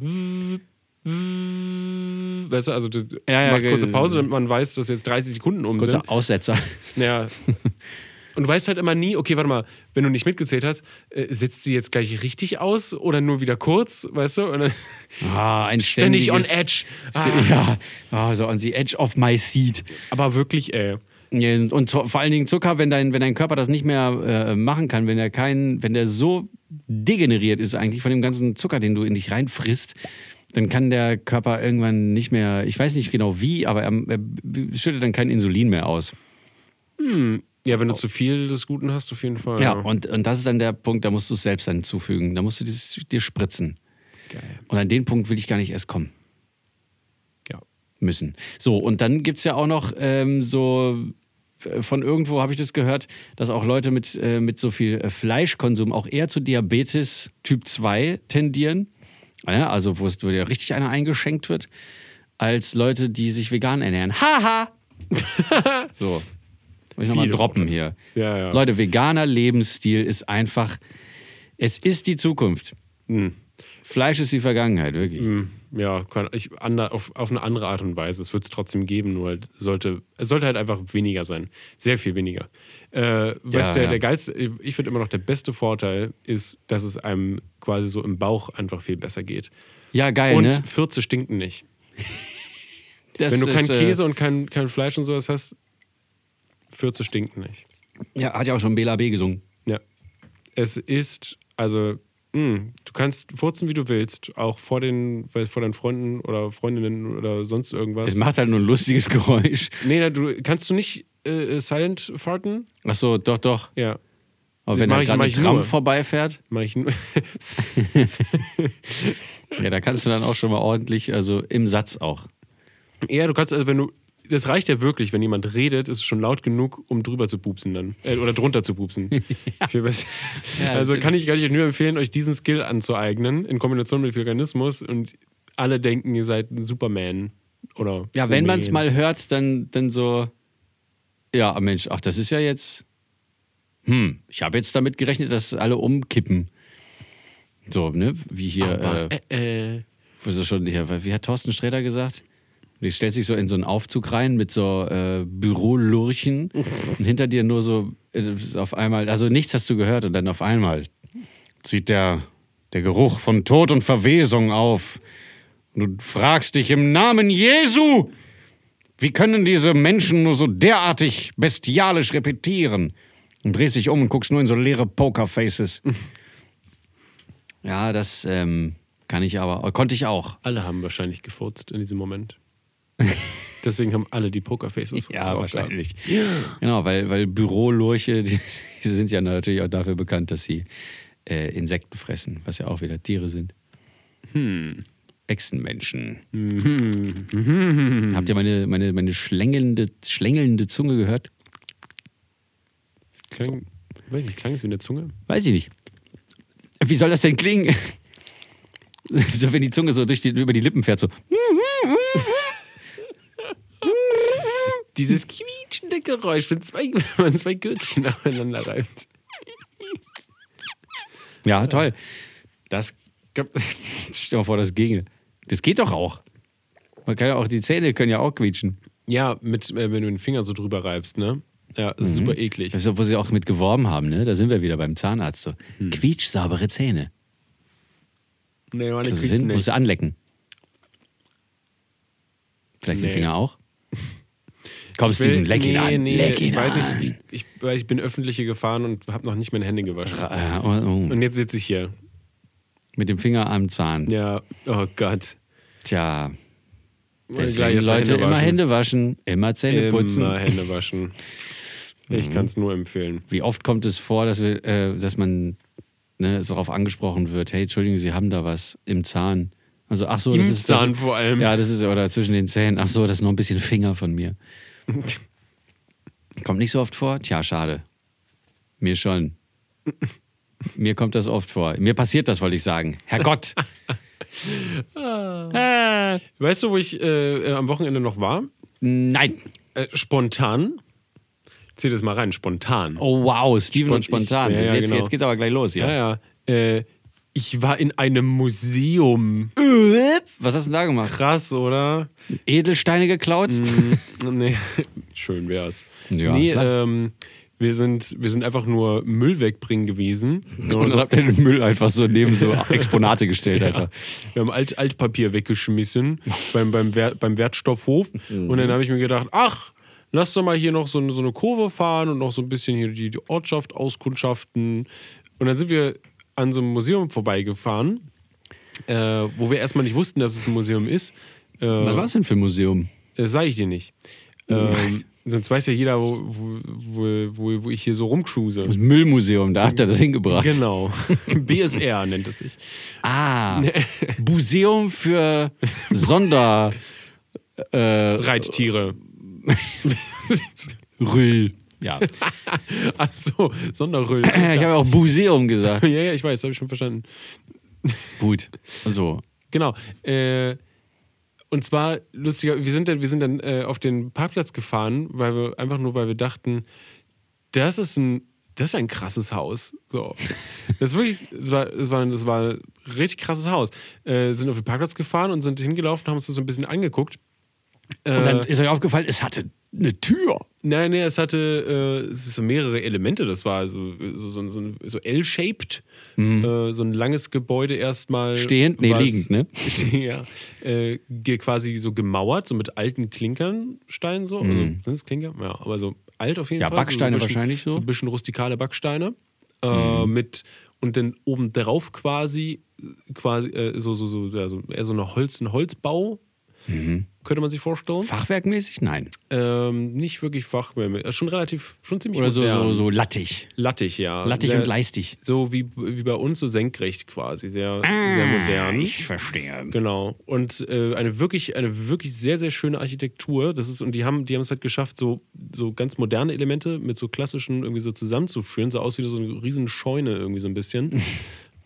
weißt du, also du Ja, ja, macht kurze ge- Pause, damit man weiß, dass jetzt dreißig Sekunden um Kurzer sind. Aussetzer. Ja. Und du weißt halt immer nie, okay, warte mal, wenn du nicht mitgezählt hast, äh, setzt sie jetzt gleich richtig aus oder nur wieder kurz, weißt du? Und dann Ah, ein ständig on ständiges- edge. Ah. Ja, ah, so on the edge of my seat. Aber wirklich, ey. Ja, und zu- vor allen Dingen Zucker, wenn dein, wenn dein Körper das nicht mehr äh, machen kann, wenn er kein, wenn der so degeneriert ist eigentlich von dem ganzen Zucker, den du in dich reinfrisst, dann kann der Körper irgendwann nicht mehr, ich weiß nicht genau wie, aber er, er schüttet dann kein Insulin mehr aus. Ja, wenn du zu viel des Guten hast, auf jeden Fall. Ja, und, und das ist dann der Punkt, da musst du es selbst dann zufügen. Da musst du dieses, dir spritzen. Geil. Und an den Punkt will ich gar nicht erst kommen. Ja. Müssen. So, und dann gibt es ja auch noch ähm, so, äh, von irgendwo habe ich das gehört, dass auch Leute mit, äh, mit so viel äh, Fleischkonsum auch eher zu Diabetes Typ zwei tendieren. Ja, also wo es wo dir richtig einer eingeschenkt wird, als Leute, die sich vegan ernähren. Haha! So. Muss ich nochmal Viele droppen Vorteile. hier. Ja, ja. Leute, veganer Lebensstil ist einfach, es ist die Zukunft. Hm. Fleisch ist die Vergangenheit, wirklich. Hm, Ja, kann, ich, ander, auf, auf eine andere Art und Weise. Es wird es trotzdem geben, nur halt sollte, es sollte halt einfach weniger sein. Sehr viel weniger. Äh, weißt du, der, ja. der geilste, ich finde immer noch, der beste Vorteil ist, dass es einem quasi so im Bauch einfach viel besser geht. Ja, geil, Und ne? Fürze stinken nicht. Das Wenn du keinen ist, äh, Käse und kein, kein Fleisch und sowas hast, Fürze stinken nicht. Ja, hat ja auch schon Bela B. gesungen. Ja. Es ist, also, mh, du kannst furzen, wie du willst, auch vor, den, vor deinen Freunden oder Freundinnen oder sonst irgendwas. Es macht halt nur ein lustiges Geräusch. Nee, na, du kannst du nicht äh, silent farten? Ach so, doch, doch. Ja, Aber wenn Mach da ich- gerade mach ein ich Tram nur. vorbeifährt, mach ich nur. ja, da kannst du dann auch schon mal ordentlich, also im Satz auch. Ja, du kannst, also wenn du, das reicht ja wirklich, wenn jemand redet, ist es schon laut genug, um drüber zu pupsen dann. Äh, oder drunter zu pupsen. Viel besser. Ja, also natürlich. kann ich, kann ich euch nur empfehlen, euch diesen Skill anzueignen, in Kombination mit Veganismus und alle denken, ihr seid ein Superman. Oder Ja, wenn man es Woman. mal hört, dann, dann so, ja, Mensch, ach, das ist ja jetzt, hm, ich habe jetzt damit gerechnet, dass alle umkippen. So, ne? Wie hier, Aber, äh, äh, äh. also schon, hier, wie hat Thorsten Sträter gesagt? Die stellt sich so in so einen Aufzug rein mit so äh, Bürolurchen und hinter dir nur so äh, auf einmal, also nichts hast du gehört und dann auf einmal zieht der, der Geruch von Tod und Verwesung auf. Und du fragst dich im Namen Jesu, wie können diese Menschen nur so derartig bestialisch repetieren? Und drehst dich um und guckst nur in so leere Pokerfaces. Ja, das ähm, kann ich aber, konnte ich auch. Alle haben wahrscheinlich gefurzt in diesem Moment. Deswegen haben alle die Pokerfaces. Ja, drauf gehabt. wahrscheinlich. Genau, weil, weil Bürolurche, die, die sind ja natürlich auch dafür bekannt, dass sie äh, Insekten fressen, was ja auch wieder Tiere sind. Hm. Echsenmenschen. Mhm. Habt ihr meine, meine, meine schlängelnde, schlängelnde Zunge gehört? Das klang, weiß nicht, klang es wie eine Zunge? Weiß ich nicht. Wie soll das denn klingen? So, wenn die Zunge so durch die, über die Lippen fährt, so. Dieses quietschende Geräusch, wenn, zwei, wenn man zwei Gürtelchen aufeinander reibt. Ja, toll. Das. Stell dir mal vor, das ginge. Das geht doch auch. Man kann ja auch, die Zähne können ja auch quietschen. Ja, mit, äh, wenn du den Finger so drüber reibst, ne? Ja, das ist super eklig. Das ist, wo sie auch mit geworben haben, ne? Da sind wir wieder beim Zahnarzt. So. Hm. Quietschsaubere Zähne. Nee, meine Das quietschen sind, musst nicht. du anlecken. Vielleicht Nee. den Finger auch? Komm, Ich will- Steven, leck ihn nee, an. Nee, leck ihn ich weiß an. nicht, ich, ich, weil ich bin öffentliche gefahren und habe noch nicht meine Hände gewaschen. Äh, oh, oh. Und jetzt sitze ich hier. Mit dem Finger am Zahn. Ja, oh Gott. Tja. Gleich Deswegen, erst mal Leute, Hände immer waschen. Hände waschen, immer Zähne putzen. Immer Hände waschen. Ich Mhm. kann es nur empfehlen. Wie oft kommt es vor, dass, wir, äh, dass man ne, darauf angesprochen wird, hey, Entschuldigung, Sie haben da was im Zahn. Also, ach so, das Im ist Zahn das, vor allem. Ja, das ist, oder zwischen den Zähnen. Ach so, das ist noch ein bisschen Finger von mir. Kommt nicht so oft vor? Tja, schade. Mir schon. Mir kommt das oft vor. Mir passiert das, wollte ich sagen. Herrgott. ah. Weißt du, wo ich äh, äh, am Wochenende noch war? Nein. Äh, spontan. Zieh das mal rein, spontan. Oh wow, Steven Spon- und spontan. ich- ja, ja, jetzt, genau. jetzt geht's aber gleich los, ja. Ja, ja. Äh, ich war in einem Museum. Was hast du denn da gemacht? Krass, oder? Edelsteine geklaut? Nee, schön wär's. Ja, nee, klar. ähm, wir sind, wir sind einfach nur Müll wegbringen gewesen. Und dann habt ihr den Müll einfach so neben so Exponate gestellt, Alter. Wir haben Alt Altpapier weggeschmissen beim, beim, Wert, beim Wertstoffhof. Und dann habe ich mir gedacht, ach, lass doch mal hier noch so, so eine Kurve fahren und noch so ein bisschen hier die, die Ortschaft auskundschaften. Und dann sind wir an so einem Museum vorbeigefahren, äh, wo wir erstmal nicht wussten, dass es ein Museum ist. Äh, Was war das denn für ein Museum? Das sage ich dir nicht. Ähm, sonst weiß ja jeder, wo, wo, wo, wo ich hier so rumcruise. Das Müllmuseum, da habt ihr das hingebracht. Genau. B S R nennt es sich. Ah, Museum für Sonder... Äh, Reittiere. Rüll. Ja. Ach so, Sonderrüll. Ich habe auch Museum gesagt. ja, ja, ich weiß, habe ich schon verstanden. Gut. So. Genau. Äh, und zwar, lustiger, wir sind dann, wir sind dann äh, auf den Parkplatz gefahren, weil wir einfach nur, weil wir dachten, das ist ein, das ist ein krasses Haus. So. Das ist wirklich, das war, das war, das war ein richtig krasses Haus. Äh, sind auf den Parkplatz gefahren und sind hingelaufen, haben uns das so ein bisschen angeguckt. Äh, Und dann ist euch aufgefallen, es hatte eine Tür. Nein, nee, es hatte äh, es ist so mehrere Elemente. Das war so, so, so, so, so L-shaped. Äh, so ein langes Gebäude erstmal. Stehend? Nee, was- liegend, ne? ja. Äh, ge- quasi so gemauert, so mit alten Klinkernsteinen so. Also, sind es Klinker? Ja, aber so alt auf jeden Ja, Fall. Backsteine so ein bisschen, wahrscheinlich so. So ein bisschen rustikale Backsteine. Äh, mit, und dann obendrauf quasi, quasi äh, so, so, so, ja, so, eher so eine Holz, ein Holzbau. Könnte man sich vorstellen. Fachwerkmäßig? Nein. Ähm, nicht wirklich fachmäßig. Schon relativ, schon ziemlich Oder so, modern. so, so lattig. Lattig, ja. Lattig sehr, und leistig. So wie, wie bei uns, so senkrecht quasi. Sehr, sehr modern. Ich verstehe. Genau. Und äh, eine wirklich, eine wirklich sehr, sehr schöne Architektur. Das ist, und die haben, die haben es halt geschafft, so, so ganz moderne Elemente mit so klassischen irgendwie so zusammenzuführen. Sah aus wie so eine riesen Scheune irgendwie so ein bisschen.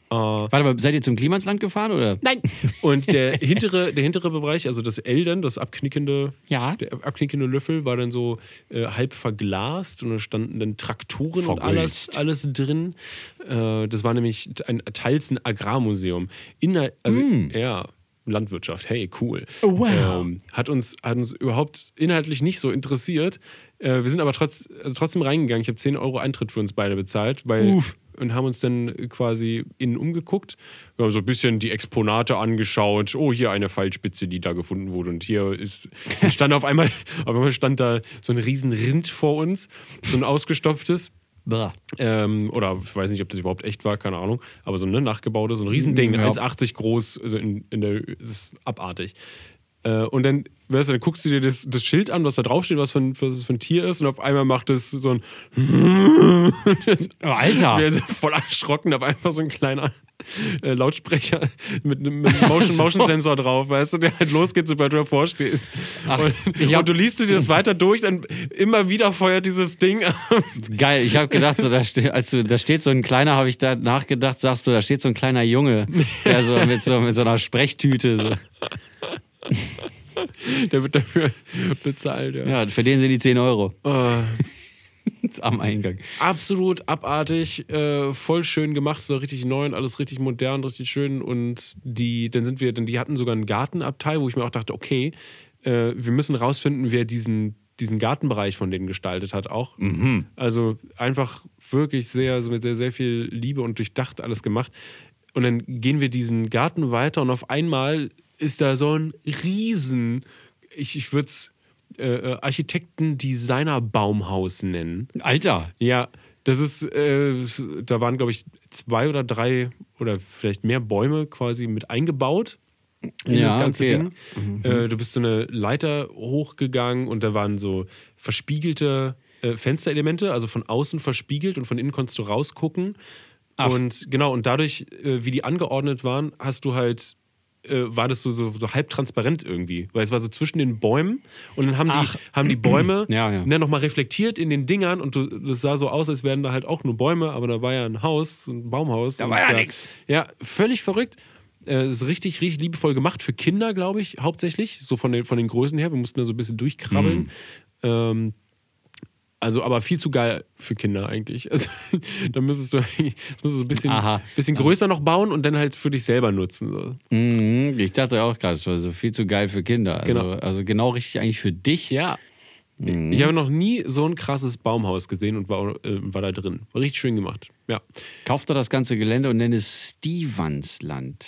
Warte mal, seid ihr zum Klimansland gefahren oder? Nein. Und der hintere, der hintere Bereich, also das L dann, das abknickende, Ja. der abknickende Löffel, war dann so äh, halb verglast und da standen dann Traktoren und alles, Verglast. alles drin. Äh, das war nämlich ein, teils ein Agrarmuseum. Inhalt, also ja, Landwirtschaft, hey, cool. Oh, wow. Ähm, hat, uns, hat uns überhaupt inhaltlich nicht so interessiert. Äh, wir sind aber trotz, also trotzdem reingegangen. Ich habe zehn Euro Eintritt für uns beide bezahlt, weil Uff. und haben uns dann quasi innen umgeguckt. Wir haben so ein bisschen die Exponate angeschaut. Oh, hier eine Pfeilspitze, die da gefunden wurde. Und hier ist, und stand auf einmal, auf einmal stand da so ein riesen Rind vor uns, so ein ausgestopftes. Blah. Ähm, oder ich weiß nicht, ob das überhaupt echt war, keine Ahnung. Aber so ein ne, nachgebautes, so ein Riesending, Ja. eins Komma achtzig groß, also in, in der, das ist abartig. Äh, und dann, weißt du, dann guckst du dir das, das Schild an, was da draufsteht, was, für ein, was es für ein Tier ist, und auf einmal macht es so ein Oh, Alter. Wir sind voll erschrocken, da war einfach so ein kleiner äh, Lautsprecher mit einem mit einem Motion, Motion Sensor drauf, weißt du, der halt losgeht, sobald du davor stehst. Ach, und, ich hab- und du liest dir das weiter durch, dann immer wieder feuert dieses Ding ab. Geil, ich habe gedacht, so, da, ste als du, da steht so ein kleiner, habe ich da nachgedacht, sagst du, da steht so ein kleiner Junge, der so mit so, mit so einer Sprechtüte. So. Der wird dafür bezahlt, ja. Ja, für den sind die zehn Euro Äh, am Eingang. absolut abartig, äh, voll schön gemacht, es war richtig neu und alles richtig modern, richtig schön. Und die, dann sind wir, denn die hatten sogar einen Gartenabteil, wo ich mir auch dachte, okay, äh, wir müssen rausfinden, wer diesen, diesen Gartenbereich von denen gestaltet hat auch. Also einfach wirklich sehr, also mit sehr, sehr viel Liebe und durchdacht alles gemacht. Und dann gehen wir diesen Garten weiter und auf einmal ist da so ein riesen, ich, ich würde es äh, Architekten-Designer-Baumhaus nennen. Alter. Ja, das ist, äh, da waren, glaube ich, zwei oder drei oder vielleicht mehr Bäume quasi mit eingebaut in Ja, das ganze okay. Ding. Äh, du bist so eine Leiter hochgegangen und da waren so verspiegelte äh, Fensterelemente, also von außen verspiegelt und von innen konntest du rausgucken. Ach. Und genau, und dadurch, äh, wie die angeordnet waren, hast du halt äh, war das so, so, so halb transparent irgendwie. Weil es war so zwischen den Bäumen und dann haben die, Ach. haben die Bäume Ja, ja. ne, nochmal reflektiert in den Dingern und du, das sah so aus, als wären da halt auch nur Bäume, aber da war ja ein Haus, ein Baumhaus. Da Und war ja es nix. Ja, völlig verrückt. Äh, ist richtig, richtig liebevoll gemacht für Kinder, glaube ich, hauptsächlich. So von den, von den Größen her. Wir mussten da so ein bisschen durchkrabbeln. Mhm. Ähm, also, aber viel zu geil für Kinder eigentlich. Also, da müsstest du eigentlich das müsstest du ein bisschen, Aha. bisschen größer noch bauen und dann halt für dich selber nutzen. So. Mhm, ich dachte auch gerade schon, so viel zu geil für Kinder. Also Genau. genau, also genau richtig eigentlich für dich. Ja. Ich habe noch nie so ein krasses Baumhaus gesehen und war, äh, war da drin. War richtig schön gemacht. Ja. Kauft doch das ganze Gelände und nennt es Stevansland.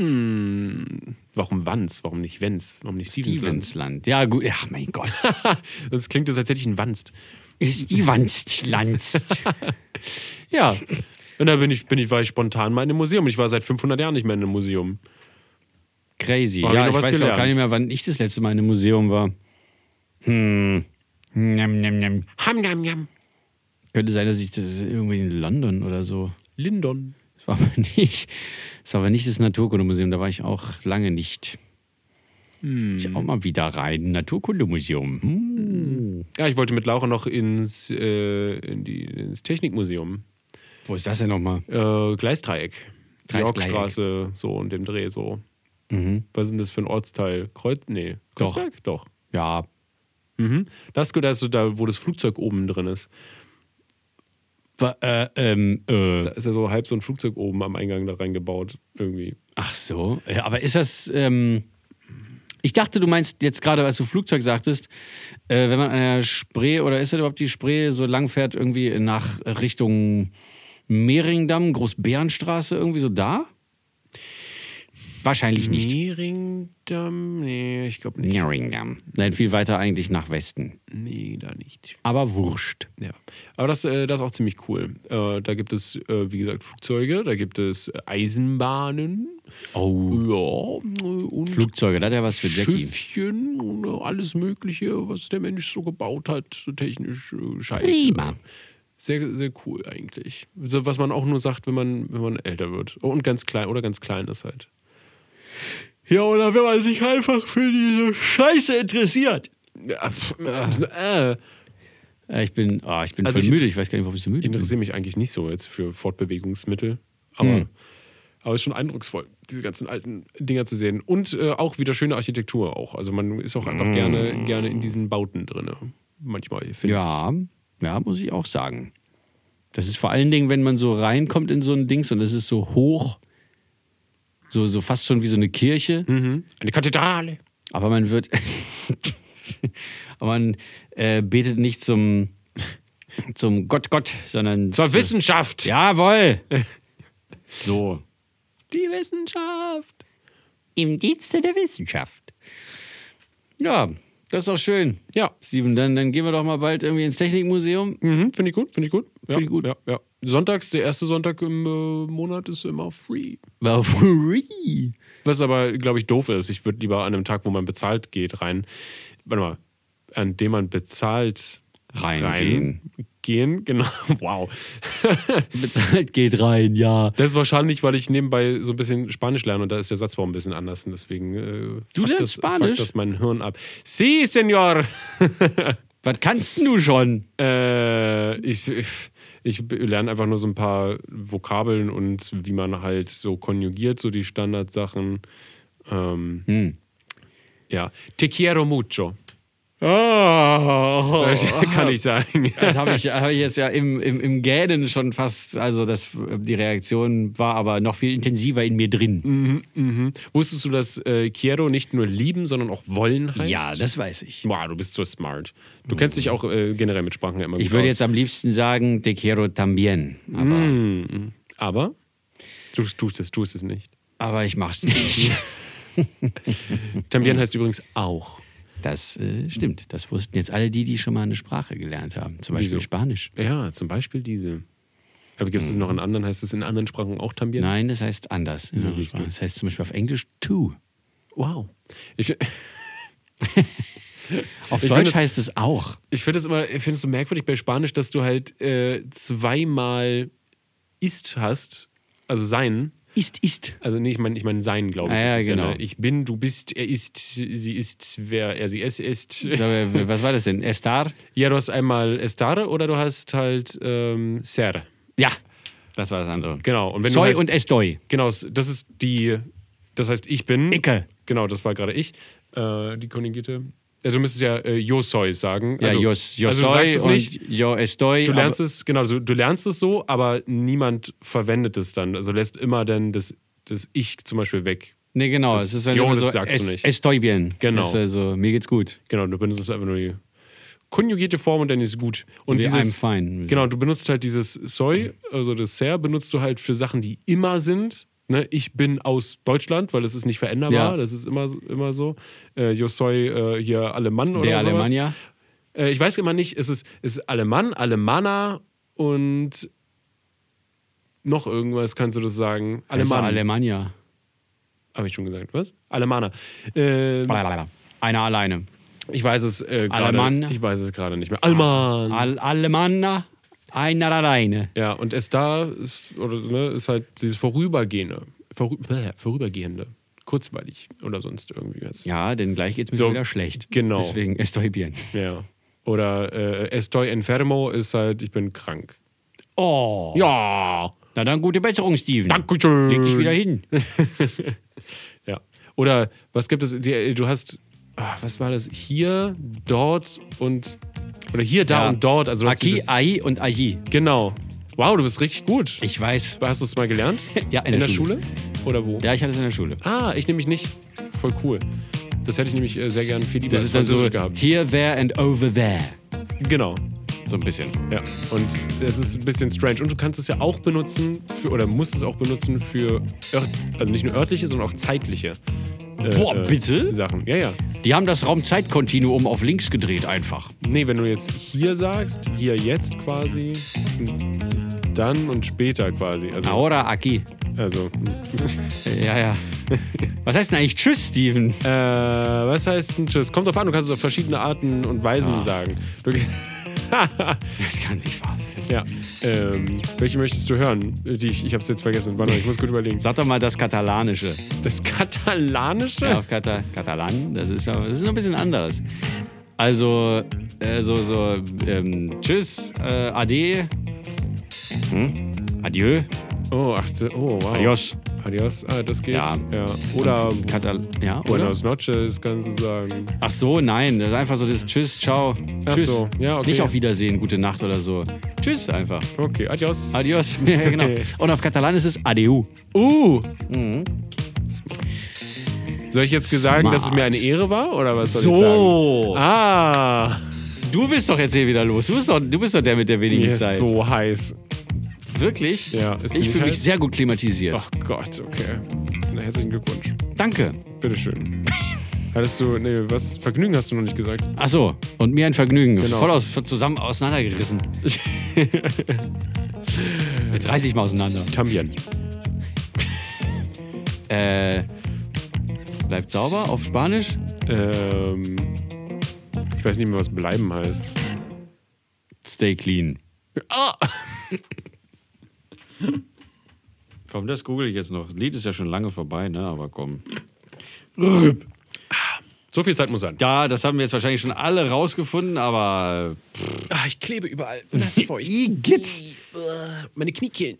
Hm. Warum Wanz? Warum nicht Wenz? Warum nicht Stevensland? Stevensland. Ja, gut. Ja, mein Gott. Das klingt, als hätte ich einen Wanst. Stevansland. Ja. Und da bin ich, bin ich, war ich spontan mal in einem Museum. Ich war seit fünfhundert Jahren nicht mehr in einem Museum. Crazy. Hab Ja, ich ich noch was weiß auch gelernt. gar nicht mehr, wann ich das letzte Mal in einem Museum war. Hm. Njam, njam, njam. Ham, nam, nam. Könnte sein, dass ich das irgendwie in London oder so. Lindon. Das war aber nicht, das war aber nicht das Naturkundemuseum, da war ich auch lange nicht. Ich auch mal wieder rein. Naturkundemuseum. Hm. Ja, ich wollte mit Laura noch ins, äh, in die, ins Technikmuseum. Wo ist das denn nochmal? Äh, Gleisdreieck. Gleisdreieck. Yorkstraße, so und dem Dreh so. Mhm. Was ist denn das für ein Ortsteil? Kreuz? Nee. Doch. Kreuzberg? Doch. Ja, Mhm. Das ist gut, da ist so da, wo das Flugzeug oben drin ist. wa- äh, ähm, äh. Da ist ja so halb so ein Flugzeug oben am Eingang da reingebaut. Irgendwie. Ach so. Ja, aber ist das. Ähm, ich dachte, du meinst jetzt gerade, als du Flugzeug sagtest, äh, wenn man an der Spree, oder ist das überhaupt die Spree, so lang fährt, irgendwie nach Richtung Mehringdamm, Großbärenstraße, irgendwie so da? Wahrscheinlich nicht. Mehringdamm? Nee, ich glaube nicht. Mehringdamm. Nein, viel weiter eigentlich nach Westen. Nee, da nicht. Aber wurscht. Ja. Aber das, äh, das ist auch ziemlich cool. Äh, da gibt es, äh, wie gesagt, Flugzeuge, da gibt es äh, Eisenbahnen. Oh. Ja, und Flugzeuge, das hat ja was für Jackie. Schiffchen und alles Mögliche, was der Mensch so gebaut hat, so technisch äh, scheiße. Prima. Sehr, sehr cool eigentlich. So, was man auch nur sagt, wenn man, wenn man älter wird. Und ganz klein, oder ganz klein ist halt. Ja, oder wenn man sich einfach für diese Scheiße interessiert. Ja, pff, äh, Äh, Ich bin, oh, ich bin Also voll ich- müde. Ich weiß gar nicht, warum ich so müde ich bin. interessiere mich eigentlich nicht so jetzt für Fortbewegungsmittel. Aber Hm. Aber es ist schon eindrucksvoll, diese ganzen alten Dinger zu sehen. Und äh, auch wieder schöne Architektur auch. Also man ist auch einfach mm. gerne, gerne in diesen Bauten drin. Manchmal, finde ja, ich. Ja, muss ich auch sagen. Das ist vor allen Dingen, wenn man so reinkommt in so ein Dings und es ist so hoch, so, so fast schon wie so eine Kirche. Mhm. Eine Kathedrale. Aber man wird... aber man äh, betet nicht zum, zum Gott Gott, sondern... Zur zu, Wissenschaft. Jawohl. So. Die Wissenschaft. Im Dienste der Wissenschaft. Ja, das ist doch schön. Ja. Steven, dann, dann gehen wir doch mal bald irgendwie ins Technikmuseum. Mhm, finde ich gut, finde ich gut. Ja, Finde ich gut. Ja, ja. Sonntags, der erste Sonntag im äh, Monat ist immer free. War free. Was aber, glaube ich, doof ist. Ich würde lieber an einem Tag, wo man bezahlt geht, rein. Warte mal. An dem man bezahlt Reingehen. rein gehen. Genau. Wow. Bezahlt geht rein, ja. Das ist wahrscheinlich, weil ich nebenbei so ein bisschen Spanisch lerne und da ist der Satzbau ein bisschen anders. Und deswegen. Äh, du lernst das, Spanisch? Fuckt das mein Hirn ab. Sí, Senor. Was kannst du schon? Äh, ich, ich, ich lerne einfach nur so ein paar Vokabeln und wie man halt so konjugiert, so die Standardsachen. Ähm, Hm. Ja. Te quiero mucho. Oh, Kann ich sagen. Das habe ich, hab ich jetzt ja im, im, im Gähnen schon fast, also das, die Reaktion war aber noch viel intensiver in mir drin. Mhm, mhm. Wusstest du, dass äh, quiero nicht nur lieben, sondern auch wollen heißt? Ja, das weiß ich. Wow, du bist so smart. Du kennst dich auch äh, generell mit Sprachen ja immer gut Ich würde aus. jetzt am liebsten sagen, te quiero también. Aber, Mhm. Aber? Du tust es, tust es nicht. aber ich mach's nicht. También heißt übrigens auch. Das äh, stimmt. Das wussten jetzt alle die, die schon mal eine Sprache gelernt haben. Zum Beispiel Wieso? Spanisch. Ja, zum Beispiel diese. Aber gibt es das noch in anderen? Heißt es in anderen Sprachen auch También? Nein, das heißt anders. in anderen Sprachen. Das heißt zum Beispiel auf Englisch to. Wow. Ich, Auf Ich Deutsch finde- heißt es auch. ich finde es immer, ich finde es so merkwürdig bei Spanisch, dass du halt äh, zweimal ist hast, also sein. Ist, ist. Also nee, ich meine ich mein sein, glaube ich. Ah, ja, Es ist genau. ne, ich bin, du bist, er ist, sie ist, wer er, sie, es ist. So, was war das denn? Estar? Ja, du hast einmal estar oder du hast halt ähm, ser. Ja, das war das andere. Genau. Und wenn Soy du halt, und estoy. Genau, das ist die, das heißt ich bin. Icke. Genau, das war gerade ich. Äh, die konjugierte. Also du müsstest ja äh, yo soy sagen. Ja, also, yo, yo also du soy sagst es nicht. und yo estoy. Du lernst aber- es, genau, du, du lernst es so, aber niemand verwendet es dann. Also lässt immer dann das, das Ich zum Beispiel weg. Nee, genau. Das- es ist dann jo, immer das so, sagst du es, nicht. estoy bien. Genau. Das ist also, mir geht's gut. Genau, du benutzt einfach nur die konjugierte Form und dann ist gut. Und Wie dieses, I'm fine. genau, du benutzt halt dieses soy, also das ser, benutzt du halt für Sachen, die immer sind. Ne? Ich bin aus Deutschland, weil es ist nicht veränderbar. Ja. Das ist immer, immer so. Äh, yo soy äh, hier Alemann oder Der sowas. Alemannia. Äh, ich weiß immer nicht, es ist, es ist Alemann, Alemanna und noch irgendwas kannst du das sagen. Alemann. Alemann. Alemannia. Habe ich schon gesagt, was? Alemanna. Äh, Einer alleine. ich weiß es äh, gerade. Alemann. Ich weiß es gerade nicht mehr. Alman. Al Alemanna. Einer alleine. Ja, und es da ist, oder, ne, ist halt dieses Vorübergehende. Vorü äh, Vorübergehende. Kurzweilig oder sonst irgendwie jetzt. Ja, denn gleich geht's mir So, wieder schlecht. genau. Deswegen estoy bien. Ja. Oder äh, estoy enfermo ist halt, ich bin krank. Oh. Ja. Na dann gute Besserung, Steven. Dankeschön. Leg dich wieder hin. Ja. Oder was gibt es? Die, du hast, ah, was war das? Hier, dort und. Oder hier, da Ja. und dort. Also du hast Aki, diese, Ai und Aji. genau. Wow, du bist richtig gut. Ich weiß. Hast du es mal gelernt? Ja, in in der der Schule. Oder wo? Ja, ich hatte es in der Schule. Ah, ich nämlich nicht. Voll cool. Das hätte ich nämlich äh, sehr gern viel lieber Das als ist dann so Französisch gehabt. here, there and over there. Genau. So ein bisschen. Ja. Und es ist ein bisschen strange. Und du kannst es ja auch benutzen, für, oder musst es auch benutzen für, ört, also nicht nur örtliche, sondern auch zeitliche äh, Boah, äh, bitte? Sachen. Ja, ja. Die haben das Raumzeitkontinuum auf links gedreht einfach. Nee, wenn du jetzt hier sagst, hier jetzt quasi, dann und später quasi. Also, Ahora aquí. also Ja, ja. Was heißt denn eigentlich Tschüss, Steven? äh, was heißt denn Tschüss? Kommt drauf an, du kannst es auf verschiedene Arten und Weisen Ah. sagen. Du, Das kann nicht wahr sein. ja. Ähm, welche möchtest du hören? Die ich ich habe es jetzt vergessen. Warte mal, ich muss gut überlegen. Sag doch mal das Katalanische. Das Katalanische? Ja, auf Kata Katalan, das ist, aber- das ist noch ein bisschen anderes. Also, äh, so, so, ähm, tschüss, äh, ade, hm? Adieu, Oh, ach, oh, wow. Adios. Adios, ah, das geht. Ja. ja. Oder Und Katal ja, oder? Buenos noches, kannst du sagen. Ach so, nein. Das ist einfach so das Tschüss, ciao. Ach Tschüss. so, ja, okay. Nicht auf Wiedersehen, gute Nacht oder so. Tschüss einfach. Okay, adios. Adios. Ja, genau. Und auf Katalan ist es Adeu. Uh! Soll ich jetzt sagen, Smart. dass es mir eine Ehre war? Oder was soll ich So. sagen? Ah! Du bist doch jetzt hier wieder los. Du bist doch, du bist doch der mit der wenigen Mir ist Zeit. so heiß. Wirklich? Ja, ist dir Ich nicht fühle mich heiß? sehr gut klimatisiert. Ach Gott, okay. Na, herzlichen Glückwunsch. Danke. Bitteschön. Hattest du, nee, was? Vergnügen hast du noch nicht gesagt. Ach so, und mir ein Vergnügen. Genau. Voll aus, zusammen auseinandergerissen. Jetzt reiß ich mal auseinander. Tambien. Äh, bleibt sauber auf Spanisch? Ähm, ich weiß nicht mehr, was bleiben heißt. Stay clean. Ah! Komm, das google ich jetzt noch. Das Lied ist ja schon lange vorbei, ne? Aber komm. So viel Zeit muss sein. Ja, das haben wir jetzt wahrscheinlich schon alle rausgefunden, aber. Ah, ich klebe überall. Nassfeucht. Igitt. Meine Kniekehlen.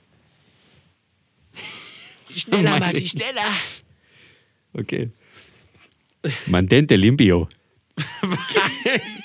Schneller, Martin, schneller. Okay. Mantente limpio.